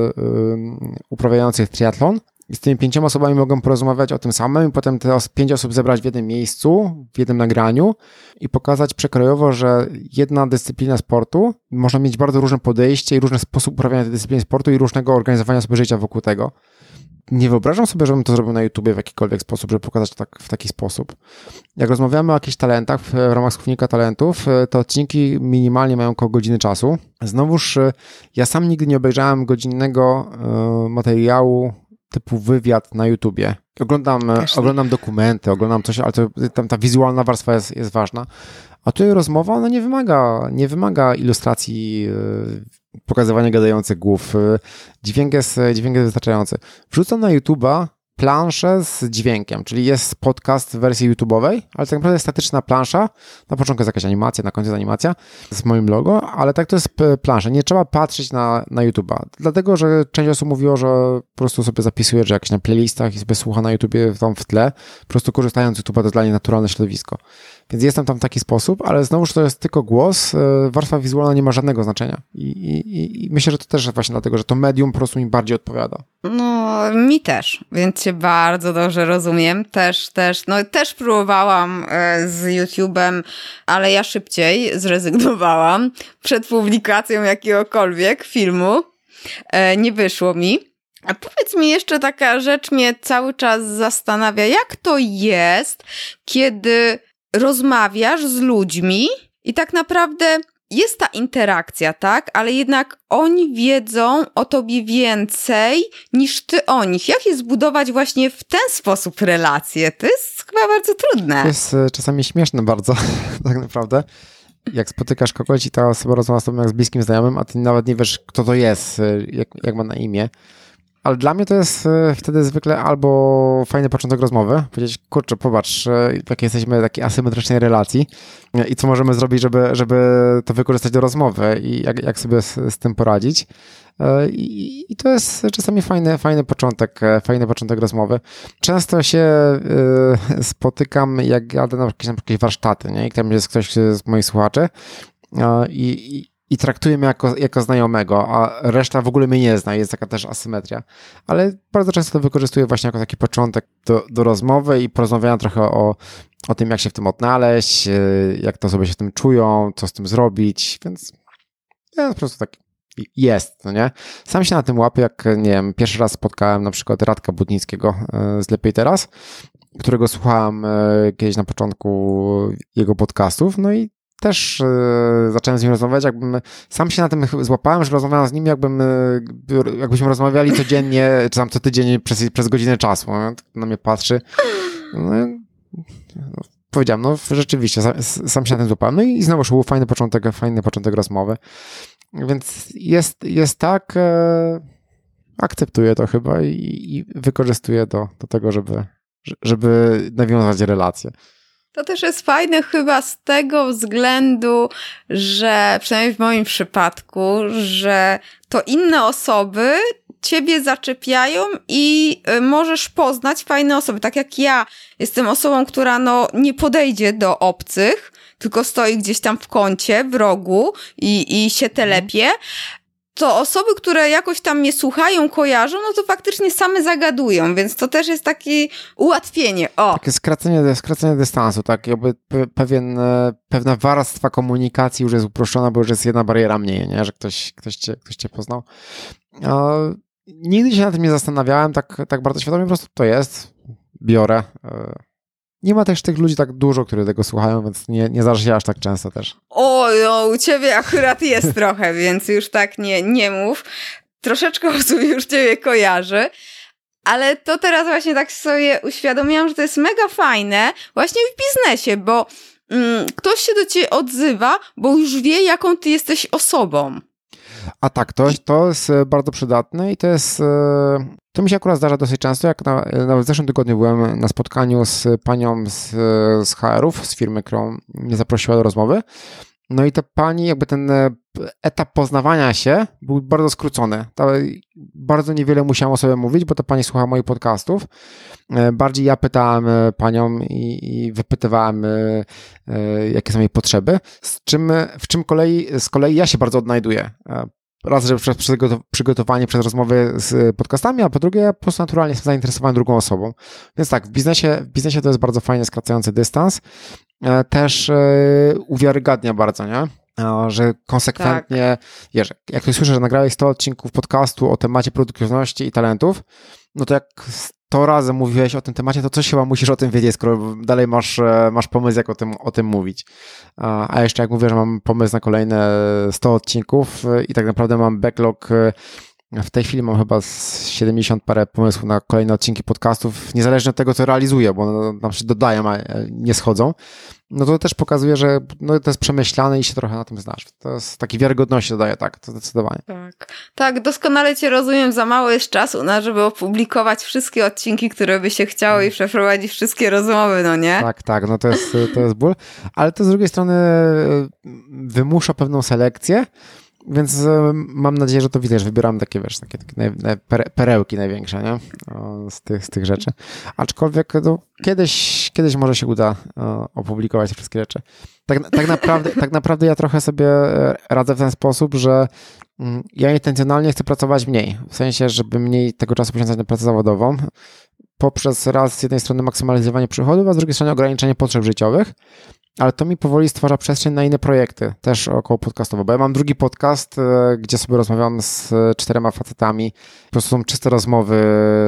uprawiających triatlon. I z tymi pięcioma osobami mogłem porozmawiać o tym samym i potem te os- pięć osób zebrać w jednym miejscu, w jednym nagraniu i pokazać przekrojowo, że jedna dyscyplina sportu może mieć bardzo różne podejście i różny sposób uprawiania tej dyscypliny sportu i różnego organizowania sobie życia wokół tego. Nie wyobrażam sobie, żebym to zrobił na YouTubie w jakikolwiek sposób, żeby pokazać to tak, w taki sposób. Jak rozmawiamy o jakichś talentach w, w ramach Słownika Talentów, to odcinki minimalnie mają około godziny czasu. Znowuż ja sam nigdy nie obejrzałem godzinnego y, materiału typu wywiad na YouTubie. Oglądam, oglądam dokumenty, oglądam coś, ale to, tam ta wizualna warstwa jest, jest ważna. A tutaj rozmowa, ona nie wymaga, nie wymaga ilustracji, yy, pokazywania gadających głów. Yy, dźwięk jest, dźwięk jest wystarczający. Wrzucam na YouTube'a planszę z dźwiękiem, czyli jest podcast w wersji YouTube'owej, ale tak naprawdę jest statyczna plansza. Na początku jest jakaś animacja, na końcu jest animacja z moim logo, ale tak to jest plansza. Nie trzeba patrzeć na, na YouTube'a, dlatego, że część osób mówiło, że po prostu sobie zapisuje, że jakieś na playlistach i sobie słucha na YouTubie tam w tle, po prostu korzystając z YouTube'a, to jest dla niej naturalne środowisko. Więc jestem tam w taki sposób, ale znowuż to jest tylko głos, warstwa wizualna nie ma żadnego znaczenia. I, i, i myślę, że to też właśnie dlatego, że to medium po prostu mi bardziej odpowiada. No, mi też, więc cię bardzo dobrze rozumiem. Też, też, no też próbowałam z YouTube'em, ale ja szybciej zrezygnowałam przed publikacją jakiegokolwiek filmu. Nie wyszło mi. A powiedz mi jeszcze, taka rzecz mnie cały czas zastanawia, jak to jest, kiedy rozmawiasz z ludźmi i tak naprawdę jest ta interakcja, tak? Ale jednak oni wiedzą o tobie więcej niż ty o nich. Jak jest zbudować właśnie w ten sposób relacje? To jest chyba bardzo trudne. To jest czasami śmieszne bardzo, tak naprawdę. Jak spotykasz kogoś i ta osoba rozmawia z tobą jak z bliskim znajomym, a ty nawet nie wiesz, kto to jest, jak, jak ma na imię. Ale dla mnie to jest wtedy zwykle albo fajny początek rozmowy, powiedzieć, kurczę, popatrz, w jakiej jesteśmy takiej asymetrycznej relacji i co możemy zrobić, żeby, żeby to wykorzystać do rozmowy i jak, jak sobie z, z tym poradzić. I, I to jest czasami fajny, fajny początek, fajny początek rozmowy. Często się y, spotykam, jak jadę na jakieś, na jakieś warsztaty, nie? I tam jest ktoś z moich słuchaczy y, i I traktuje mnie jako, jako znajomego, a reszta w ogóle mnie nie zna, jest taka też asymetria. Ale bardzo często to wykorzystuję właśnie jako taki początek do, do rozmowy i porozmawiania trochę o, o tym, jak się w tym odnaleźć, jak to sobie się w tym czują, co z tym zrobić, więc ja po prostu tak jest, no nie? Sam się na tym łapię, jak, nie wiem, pierwszy raz spotkałem na przykład Radka Budnickiego z Lepiej Teraz, którego słuchałem kiedyś na początku jego podcastów, no i też yy, zacząłem z nim rozmawiać, jakbym sam się na tym złapałem, że rozmawiałem z nim, jakbym, yy, jakbyśmy rozmawiali codziennie, czy tam co tydzień przez, przez godzinę czasu. On na mnie patrzy. No, no, powiedziałem, no rzeczywiście, sam, sam się na tym złapałem. No i znowu był fajny początek, fajny początek rozmowy. Więc jest, jest tak, e, akceptuję to chyba i, i wykorzystuję to do tego, żeby, żeby nawiązać relacje. To też jest fajne chyba z tego względu, że przynajmniej w moim przypadku, że to inne osoby ciebie zaczepiają i możesz poznać fajne osoby. Tak jak ja jestem osobą, która no nie podejdzie do obcych, tylko stoi gdzieś tam w kącie, w rogu i, i się telepie, to osoby, które jakoś tam mnie słuchają, kojarzą, no to faktycznie same zagadują, więc to też jest takie ułatwienie. O. Takie skracenie, skracenie dystansu, tak, jakby pewien, pewna warstwa komunikacji już jest uproszczona, bo już jest jedna bariera mniej, nie? Że ktoś, ktoś, cię, ktoś cię poznał. A nigdy się na tym nie zastanawiałem, tak, tak bardzo świadomie, po prostu to jest, biorę. Nie ma też tych ludzi tak dużo, którzy tego słuchają, więc nie, nie zdarza się aż tak często też. O, no, u ciebie akurat jest trochę, więc już tak nie, nie mów. Troszeczkę osób już ciebie kojarzy. Ale to teraz właśnie tak sobie uświadomiłam, że to jest mega fajne właśnie w biznesie, bo mm, ktoś się do ciebie odzywa, bo już wie, jaką ty jesteś osobą. A tak, to, to jest bardzo przydatne i to jest... To mi się akurat zdarza dosyć często, jak na, nawet w zeszłym tygodniu byłem na spotkaniu z panią z, z H R-ów, z firmy, którą mnie zaprosiła do rozmowy. No i ta pani, jakby ten etap poznawania się był bardzo skrócony. Ta, bardzo niewiele musiałem o sobie mówić, bo ta pani słuchała moich podcastów. Bardziej ja pytałem panią i, i wypytywałem, jakie są jej potrzeby, z czym, w czym kolei, z kolei ja się bardzo odnajduję. Raz, że przez przygotowanie, przez rozmowy z podcastami, a po drugie ja po prostu naturalnie jestem zainteresowany drugą osobą. Więc tak, w biznesie, w biznesie to jest bardzo fajnie skracający dystans. Też uwiarygadnia bardzo, nie? Że konsekwentnie, tak. Wiesz, jak ktoś słyszy, że nagrałeś sto odcinków podcastu o temacie produktywności i talentów, no to jak sto razy mówiłeś o tym temacie, to coś chyba musisz o tym wiedzieć, skoro dalej masz, masz pomysł, jak o tym, o tym mówić. A jeszcze jak mówię, że mam pomysł na kolejne sto odcinków i tak naprawdę mam backlog, w tej chwili mam chyba siedemdziesiąt parę pomysłów na kolejne odcinki podcastów, niezależnie od tego, co realizuję, bo nam się dodają, a nie schodzą, no to też pokazuje, że no, to jest przemyślane i się trochę na tym znasz. To jest takiej wiarygodności dodaje, tak, to zdecydowanie. Tak, tak, doskonale cię rozumiem, za mało jest czasu na, żeby opublikować wszystkie odcinki, które by się chciało i przeprowadzić wszystkie rozmowy, no nie? Tak, tak, no to jest, to jest ból, ale to z drugiej strony wymusza pewną selekcję, więc mam nadzieję, że to widać, że wybieram takie, wiesz, takie, takie naj, naj, perełki największe, nie? O, z, tych, z tych rzeczy. Aczkolwiek no, kiedyś, kiedyś może się uda o, opublikować te wszystkie rzeczy. Tak, tak, naprawdę, tak naprawdę ja trochę sobie radzę w ten sposób, że mm, ja intencjonalnie chcę pracować mniej. W sensie, żeby mniej tego czasu poświęcać na pracę zawodową. Poprzez raz z jednej strony maksymalizowanie przychodów, a z drugiej strony ograniczenie potrzeb życiowych. Ale to mi powoli stwarza przestrzeń na inne projekty, też około podcastowe, bo ja mam drugi podcast, gdzie sobie rozmawiam z czterema facetami, po prostu są czyste rozmowy.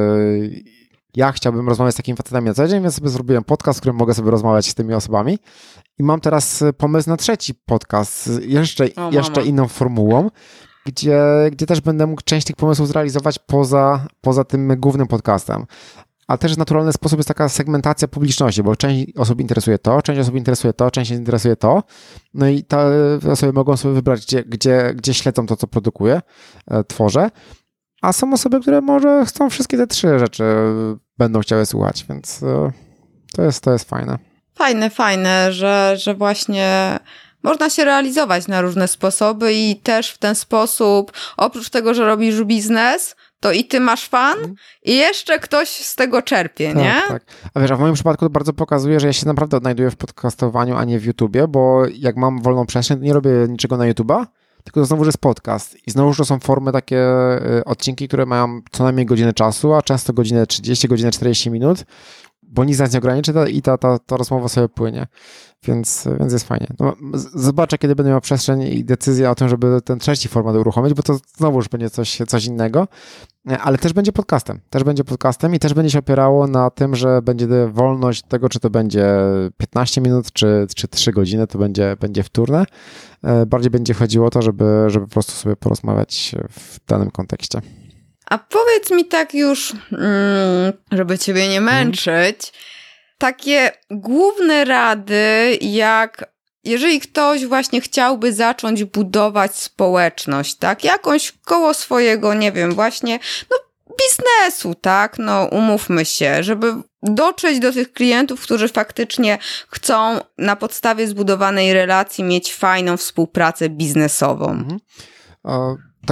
Ja chciałbym rozmawiać z takimi facetami na co dzień, więc sobie zrobiłem podcast, w którym mogę sobie rozmawiać z tymi osobami i mam teraz pomysł na trzeci podcast, jeszcze, jeszcze inną formułą, gdzie, gdzie też będę mógł część tych pomysłów zrealizować poza, poza tym głównym podcastem. Ale też w naturalny sposób jest taka segmentacja publiczności, bo część osób interesuje to, część osób interesuje to, część interesuje to. No i te osoby mogą sobie wybrać, gdzie, gdzie, gdzie śledzą to, co produkuję, tworzę. A są osoby, które może chcą wszystkie te trzy rzeczy, będą chciały słuchać, więc to jest, to jest fajne. Fajne, fajne, że, że właśnie można się realizować na różne sposoby i też w ten sposób, oprócz tego, że robisz biznes, to i ty masz fan i jeszcze ktoś z tego czerpie, tak, nie? Tak. A wiesz, a w moim przypadku to bardzo pokazuje, że ja się naprawdę odnajduję w podcastowaniu, a nie w YouTubie, bo jak mam wolną przestrzeń, to nie robię niczego na YouTube'a, tylko to znowu jest podcast. I znowu to są formy takie odcinki, które mają co najmniej godzinę czasu, a często godzinę trzydzieści, godzinę czterdzieści minut, bo nic nas nie ograniczy i ta, ta, ta rozmowa sobie płynie. Więc, więc jest fajnie. No, zobaczę, kiedy będę miał przestrzeń i decyzję o tym, żeby ten trzeci format uruchomić, bo to znowu już będzie coś, coś innego, ale też będzie podcastem. Też będzie podcastem i też będzie się opierało na tym, że będzie wolność tego, czy to będzie piętnaście minut, czy, czy trzy godziny, to będzie, będzie wtórne. Bardziej będzie chodziło o to, żeby, żeby po prostu sobie porozmawiać w danym kontekście. A powiedz mi tak już, żeby ciebie nie męczyć, takie główne rady, jak jeżeli ktoś właśnie chciałby zacząć budować społeczność, tak, jakąś koło swojego, nie wiem, właśnie, no biznesu, tak, no umówmy się, żeby dotrzeć do tych klientów, którzy faktycznie chcą na podstawie zbudowanej relacji mieć fajną współpracę biznesową. Mhm. A, tak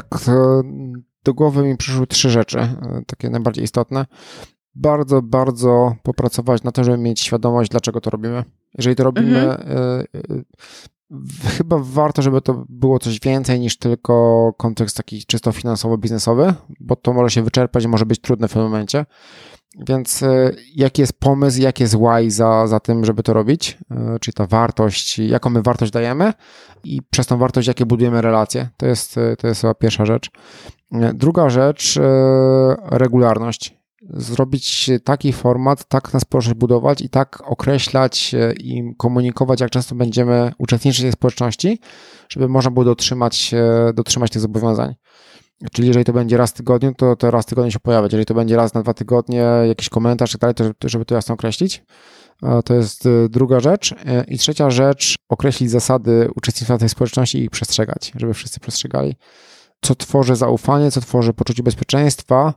do głowy mi przyszły trzy rzeczy, takie najbardziej istotne. Bardzo, bardzo popracować na to, żeby mieć świadomość, dlaczego to robimy. Jeżeli to robimy, mhm. y, y, chyba warto, żeby to było coś więcej niż tylko kontekst taki czysto finansowo-biznesowy, bo to może się wyczerpać i może być trudne w tym momencie. Więc y, jaki jest pomysł, jaki jest why za, za tym, żeby to robić, y, czyli ta wartość, jaką my wartość dajemy i przez tą wartość, jakie budujemy relacje. To jest, y, to jest chyba pierwsza rzecz. Y, druga rzecz, y, regularność. Zrobić taki format, tak na społeczność budować i tak określać i komunikować, jak często będziemy uczestniczyć w tej społeczności, żeby można było dotrzymać, dotrzymać tych zobowiązań. Czyli jeżeli to będzie raz w tygodniu, to, to raz w tygodniu się pojawiać. Jeżeli to będzie raz na dwa tygodnie, jakiś komentarz i tak dalej, to żeby to jasno określić. To jest druga rzecz. I trzecia rzecz, określić zasady uczestnictwa w tej społeczności i ich przestrzegać, żeby wszyscy przestrzegali. Co tworzy zaufanie, co tworzy poczucie bezpieczeństwa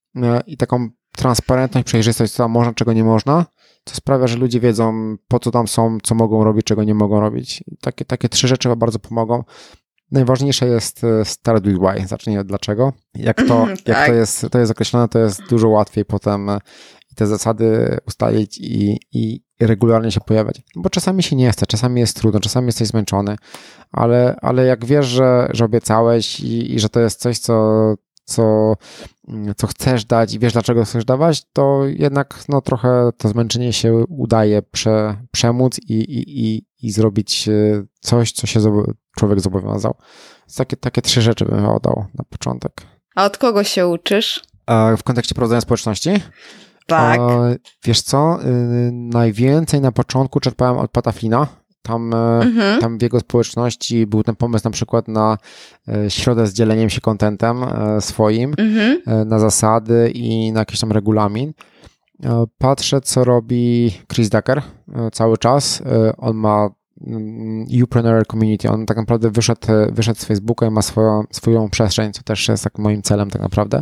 i taką transparentność, przejrzystość, co tam można, czego nie można, co sprawia, że ludzie wiedzą, po co tam są, co mogą robić, czego nie mogą robić. I takie, takie trzy rzeczy bardzo pomogą. Najważniejsze jest start with why, zacznij od dlaczego. Jak to, tak. jak to jest, to jest określone, to jest dużo łatwiej potem te zasady ustalić i, i regularnie się pojawiać. Bo czasami się nie chce, czasami jest trudno, czasami jesteś zmęczony, ale, ale jak wiesz, że, że obiecałeś i, i że to jest coś, co Co, co chcesz dać i wiesz, dlaczego chcesz dawać, to jednak no, trochę to zmęczenie się udaje prze, przemóc i, i, i, i zrobić coś, co się człowiek zobowiązał. Takie, takie trzy rzeczy bym oddał na początek. A od kogo się uczysz? A w kontekście prowadzenia społeczności? Tak. A, wiesz co, y, najwięcej na początku czerpałem od Pata Flynna. Tam, mhm. tam w jego społeczności był ten pomysł na przykład na środę z dzieleniem się contentem swoim, mhm. na zasady i na jakiś tam regulamin. Patrzę, co robi Chris Ducker cały czas. On ma Youpreneur Community. On tak naprawdę wyszedł, wyszedł z Facebooka i ma swoją, swoją przestrzeń, co też jest tak moim celem tak naprawdę.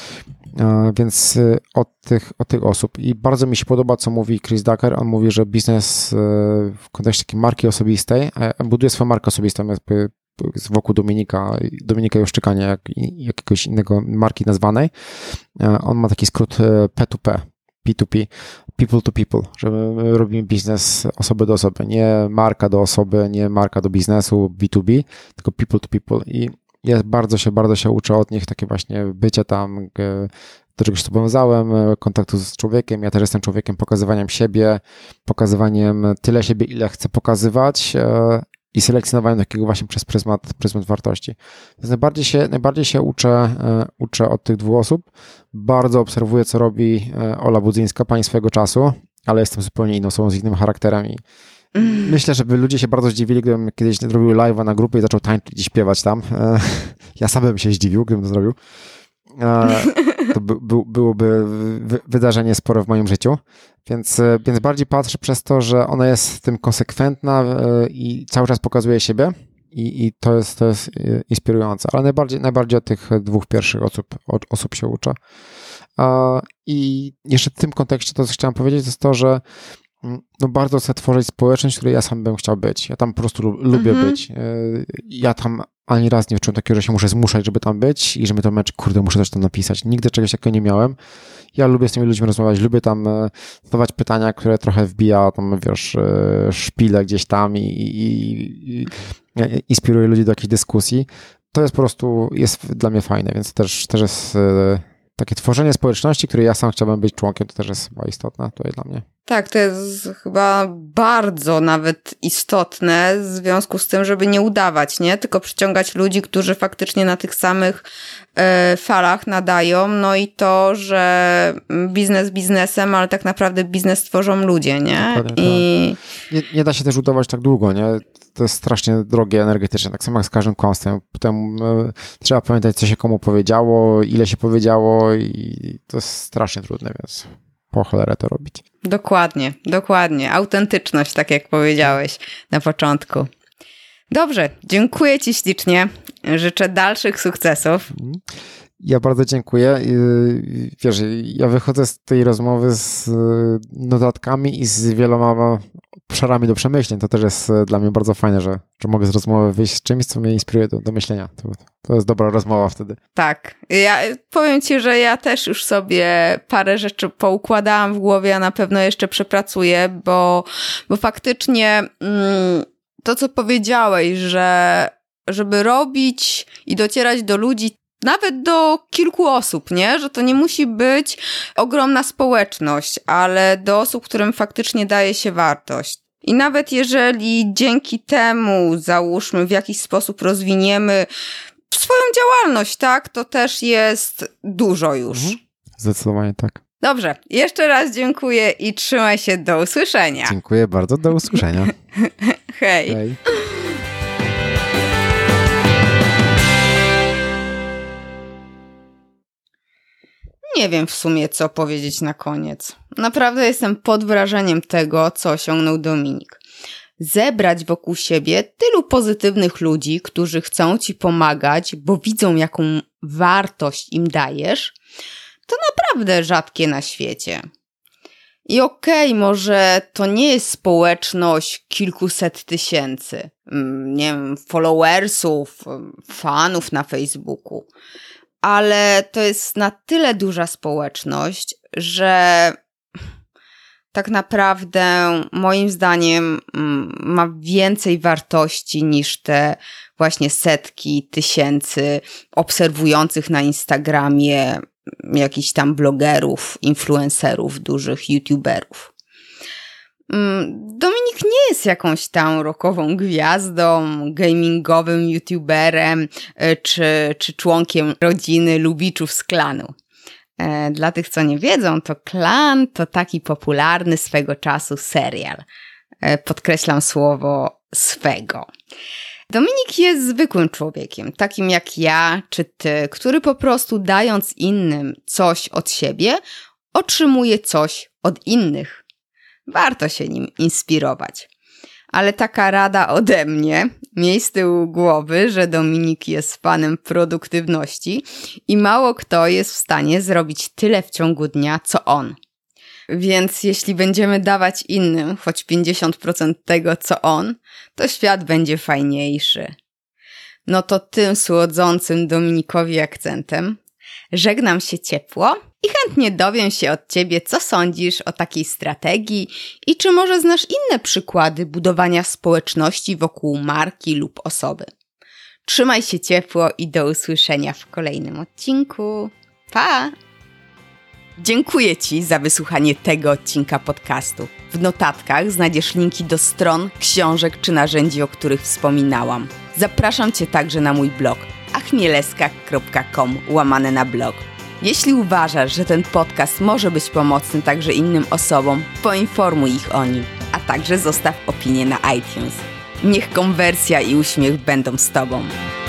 Więc od tych, od tych osób. I bardzo mi się podoba, co mówi Chris Ducker. On mówi, że biznes w kontekście takiej marki osobistej, buduje swoją markę osobistą jakby wokół Dominika, Dominika Juszczyka, jak jakiegoś innego marki nazwanej. On ma taki skrót P to P, P to P, people to people, że my robimy biznes osoby do osoby, nie marka do osoby, nie marka do biznesu B to B, tylko people to people. I ja bardzo się, bardzo się uczę od nich, takie właśnie bycie tam, do czegoś zobowiązałem, kontaktu z człowiekiem. Ja też jestem człowiekiem pokazywaniem siebie, pokazywaniem tyle siebie, ile chcę pokazywać i selekcjonowaniem takiego właśnie przez pryzmat, pryzmat wartości. Więc najbardziej się, najbardziej się uczę, uczę od tych dwóch osób. Bardzo obserwuję, co robi Ola Budzyńska, pani swojego czasu, ale jestem zupełnie inną osobą z innym charakterem i myślę, żeby ludzie się bardzo zdziwili, gdybym kiedyś zrobił live'a na grupie i zaczął tańczyć i śpiewać tam. Ja sam bym się zdziwił, gdybym to zrobił. To by, by, byłoby wydarzenie spore w moim życiu. Więc, więc bardziej patrzę przez to, że ona jest w tym konsekwentna i cały czas pokazuje siebie i, i to jest, to jest inspirujące. Ale najbardziej, najbardziej od tych dwóch pierwszych osób, od osób się uczę. I jeszcze w tym kontekście to, co chciałem powiedzieć, to jest to, że no bardzo chcę tworzyć społeczność, w której ja sam bym chciał być. Ja tam po prostu lubię mhm. być. Ja tam ani raz nie czułem takiego, że się muszę zmuszać, żeby tam być i że mnie to męczy, kurde, muszę coś tam napisać. Nigdy czegoś takiego nie miałem. Ja lubię z tymi ludźmi rozmawiać, lubię tam zadawać pytania, które trochę wbija tam, wiesz, szpile gdzieś tam i, i, i inspiruje ludzi do jakiejś dyskusji. To jest po prostu, jest dla mnie fajne, więc też, też jest takie tworzenie społeczności, której ja sam chciałbym być członkiem, to też jest chyba istotne tutaj dla mnie. Tak, to jest chyba bardzo nawet istotne w związku z tym, żeby nie udawać, nie? Tylko przyciągać ludzi, którzy faktycznie na tych samych e, falach nadają, no i to, że biznes biznesem, ale tak naprawdę biznes tworzą ludzie, nie? I... Tak. Nie, nie da się też udawać tak długo, nie? To jest strasznie drogie energetycznie, tak samo jak z każdym kąstem. Potem e, trzeba pamiętać, co się komu powiedziało, ile się powiedziało i to jest strasznie trudne, więc... po cholerę to robić. Dokładnie, dokładnie. Autentyczność, tak jak powiedziałeś na początku. Dobrze, dziękuję Ci ślicznie. Życzę dalszych sukcesów. Ja bardzo dziękuję. Wiesz, ja wychodzę z tej rozmowy z notatkami i z wieloma obszarami do przemyśleń. To też jest dla mnie bardzo fajne, że, że mogę z rozmowy wyjść z czymś, co mnie inspiruje do, do myślenia. To, to jest dobra rozmowa wtedy. Tak. Ja powiem Ci, że ja też już sobie parę rzeczy poukładałam w głowie, a na pewno jeszcze przepracuję, bo, bo faktycznie mm, to, co powiedziałeś, że żeby robić i docierać do ludzi, nawet do kilku osób, nie? Że to nie musi być ogromna społeczność, ale do osób, którym faktycznie daje się wartość. I nawet jeżeli dzięki temu, załóżmy, w jakiś sposób rozwiniemy swoją działalność, tak? To też jest dużo już. Mhm. Zdecydowanie tak. Dobrze, jeszcze raz dziękuję i trzymaj się, do usłyszenia. Dziękuję bardzo, do usłyszenia. Hej. Hej. Nie wiem w sumie, co powiedzieć na koniec. Naprawdę jestem pod wrażeniem tego, co osiągnął Dominik. Zebrać wokół siebie tylu pozytywnych ludzi, którzy chcą Ci pomagać, bo widzą, jaką wartość im dajesz, to naprawdę rzadkie na świecie. I okej, okay, może to nie jest społeczność kilkuset tysięcy, nie wiem, followersów, fanów na Facebooku, ale to jest na tyle duża społeczność, że tak naprawdę moim zdaniem ma więcej wartości niż te właśnie setki tysięcy obserwujących na Instagramie jakichś tam blogerów, influencerów, dużych youtuberów. Dominik nie jest jakąś tam rockową gwiazdą, gamingowym youtuberem czy, czy członkiem rodziny Lubiczów z klanu. Dla tych, co nie wiedzą, to Klan to taki popularny swego czasu serial. Podkreślam słowo swego. Dominik jest zwykłym człowiekiem, takim jak ja czy ty, który po prostu dając innym coś od siebie, otrzymuje coś od innych. Warto się nim inspirować. Ale taka rada ode mnie, miej z tyłu głowy, że Dominik jest fanem produktywności i mało kto jest w stanie zrobić tyle w ciągu dnia, co on. Więc jeśli będziemy dawać innym choć pięćdziesiąt procent tego, co on, to świat będzie fajniejszy. No to tym słodzącym Dominikowi akcentem żegnam się ciepło i chętnie dowiem się od Ciebie, co sądzisz o takiej strategii i czy może znasz inne przykłady budowania społeczności wokół marki lub osoby. Trzymaj się ciepło i do usłyszenia w kolejnym odcinku. Pa! Dziękuję Ci za wysłuchanie tego odcinka podcastu. W notatkach znajdziesz linki do stron, książek czy narzędzi, o których wspominałam. Zapraszam Cię także na mój blog achmieleska kropka com łamane na blog. Jeśli uważasz, że ten podcast może być pomocny także innym osobom, poinformuj ich o nim, a także zostaw opinię na iTunes. Niech konwersja i uśmiech będą z Tobą.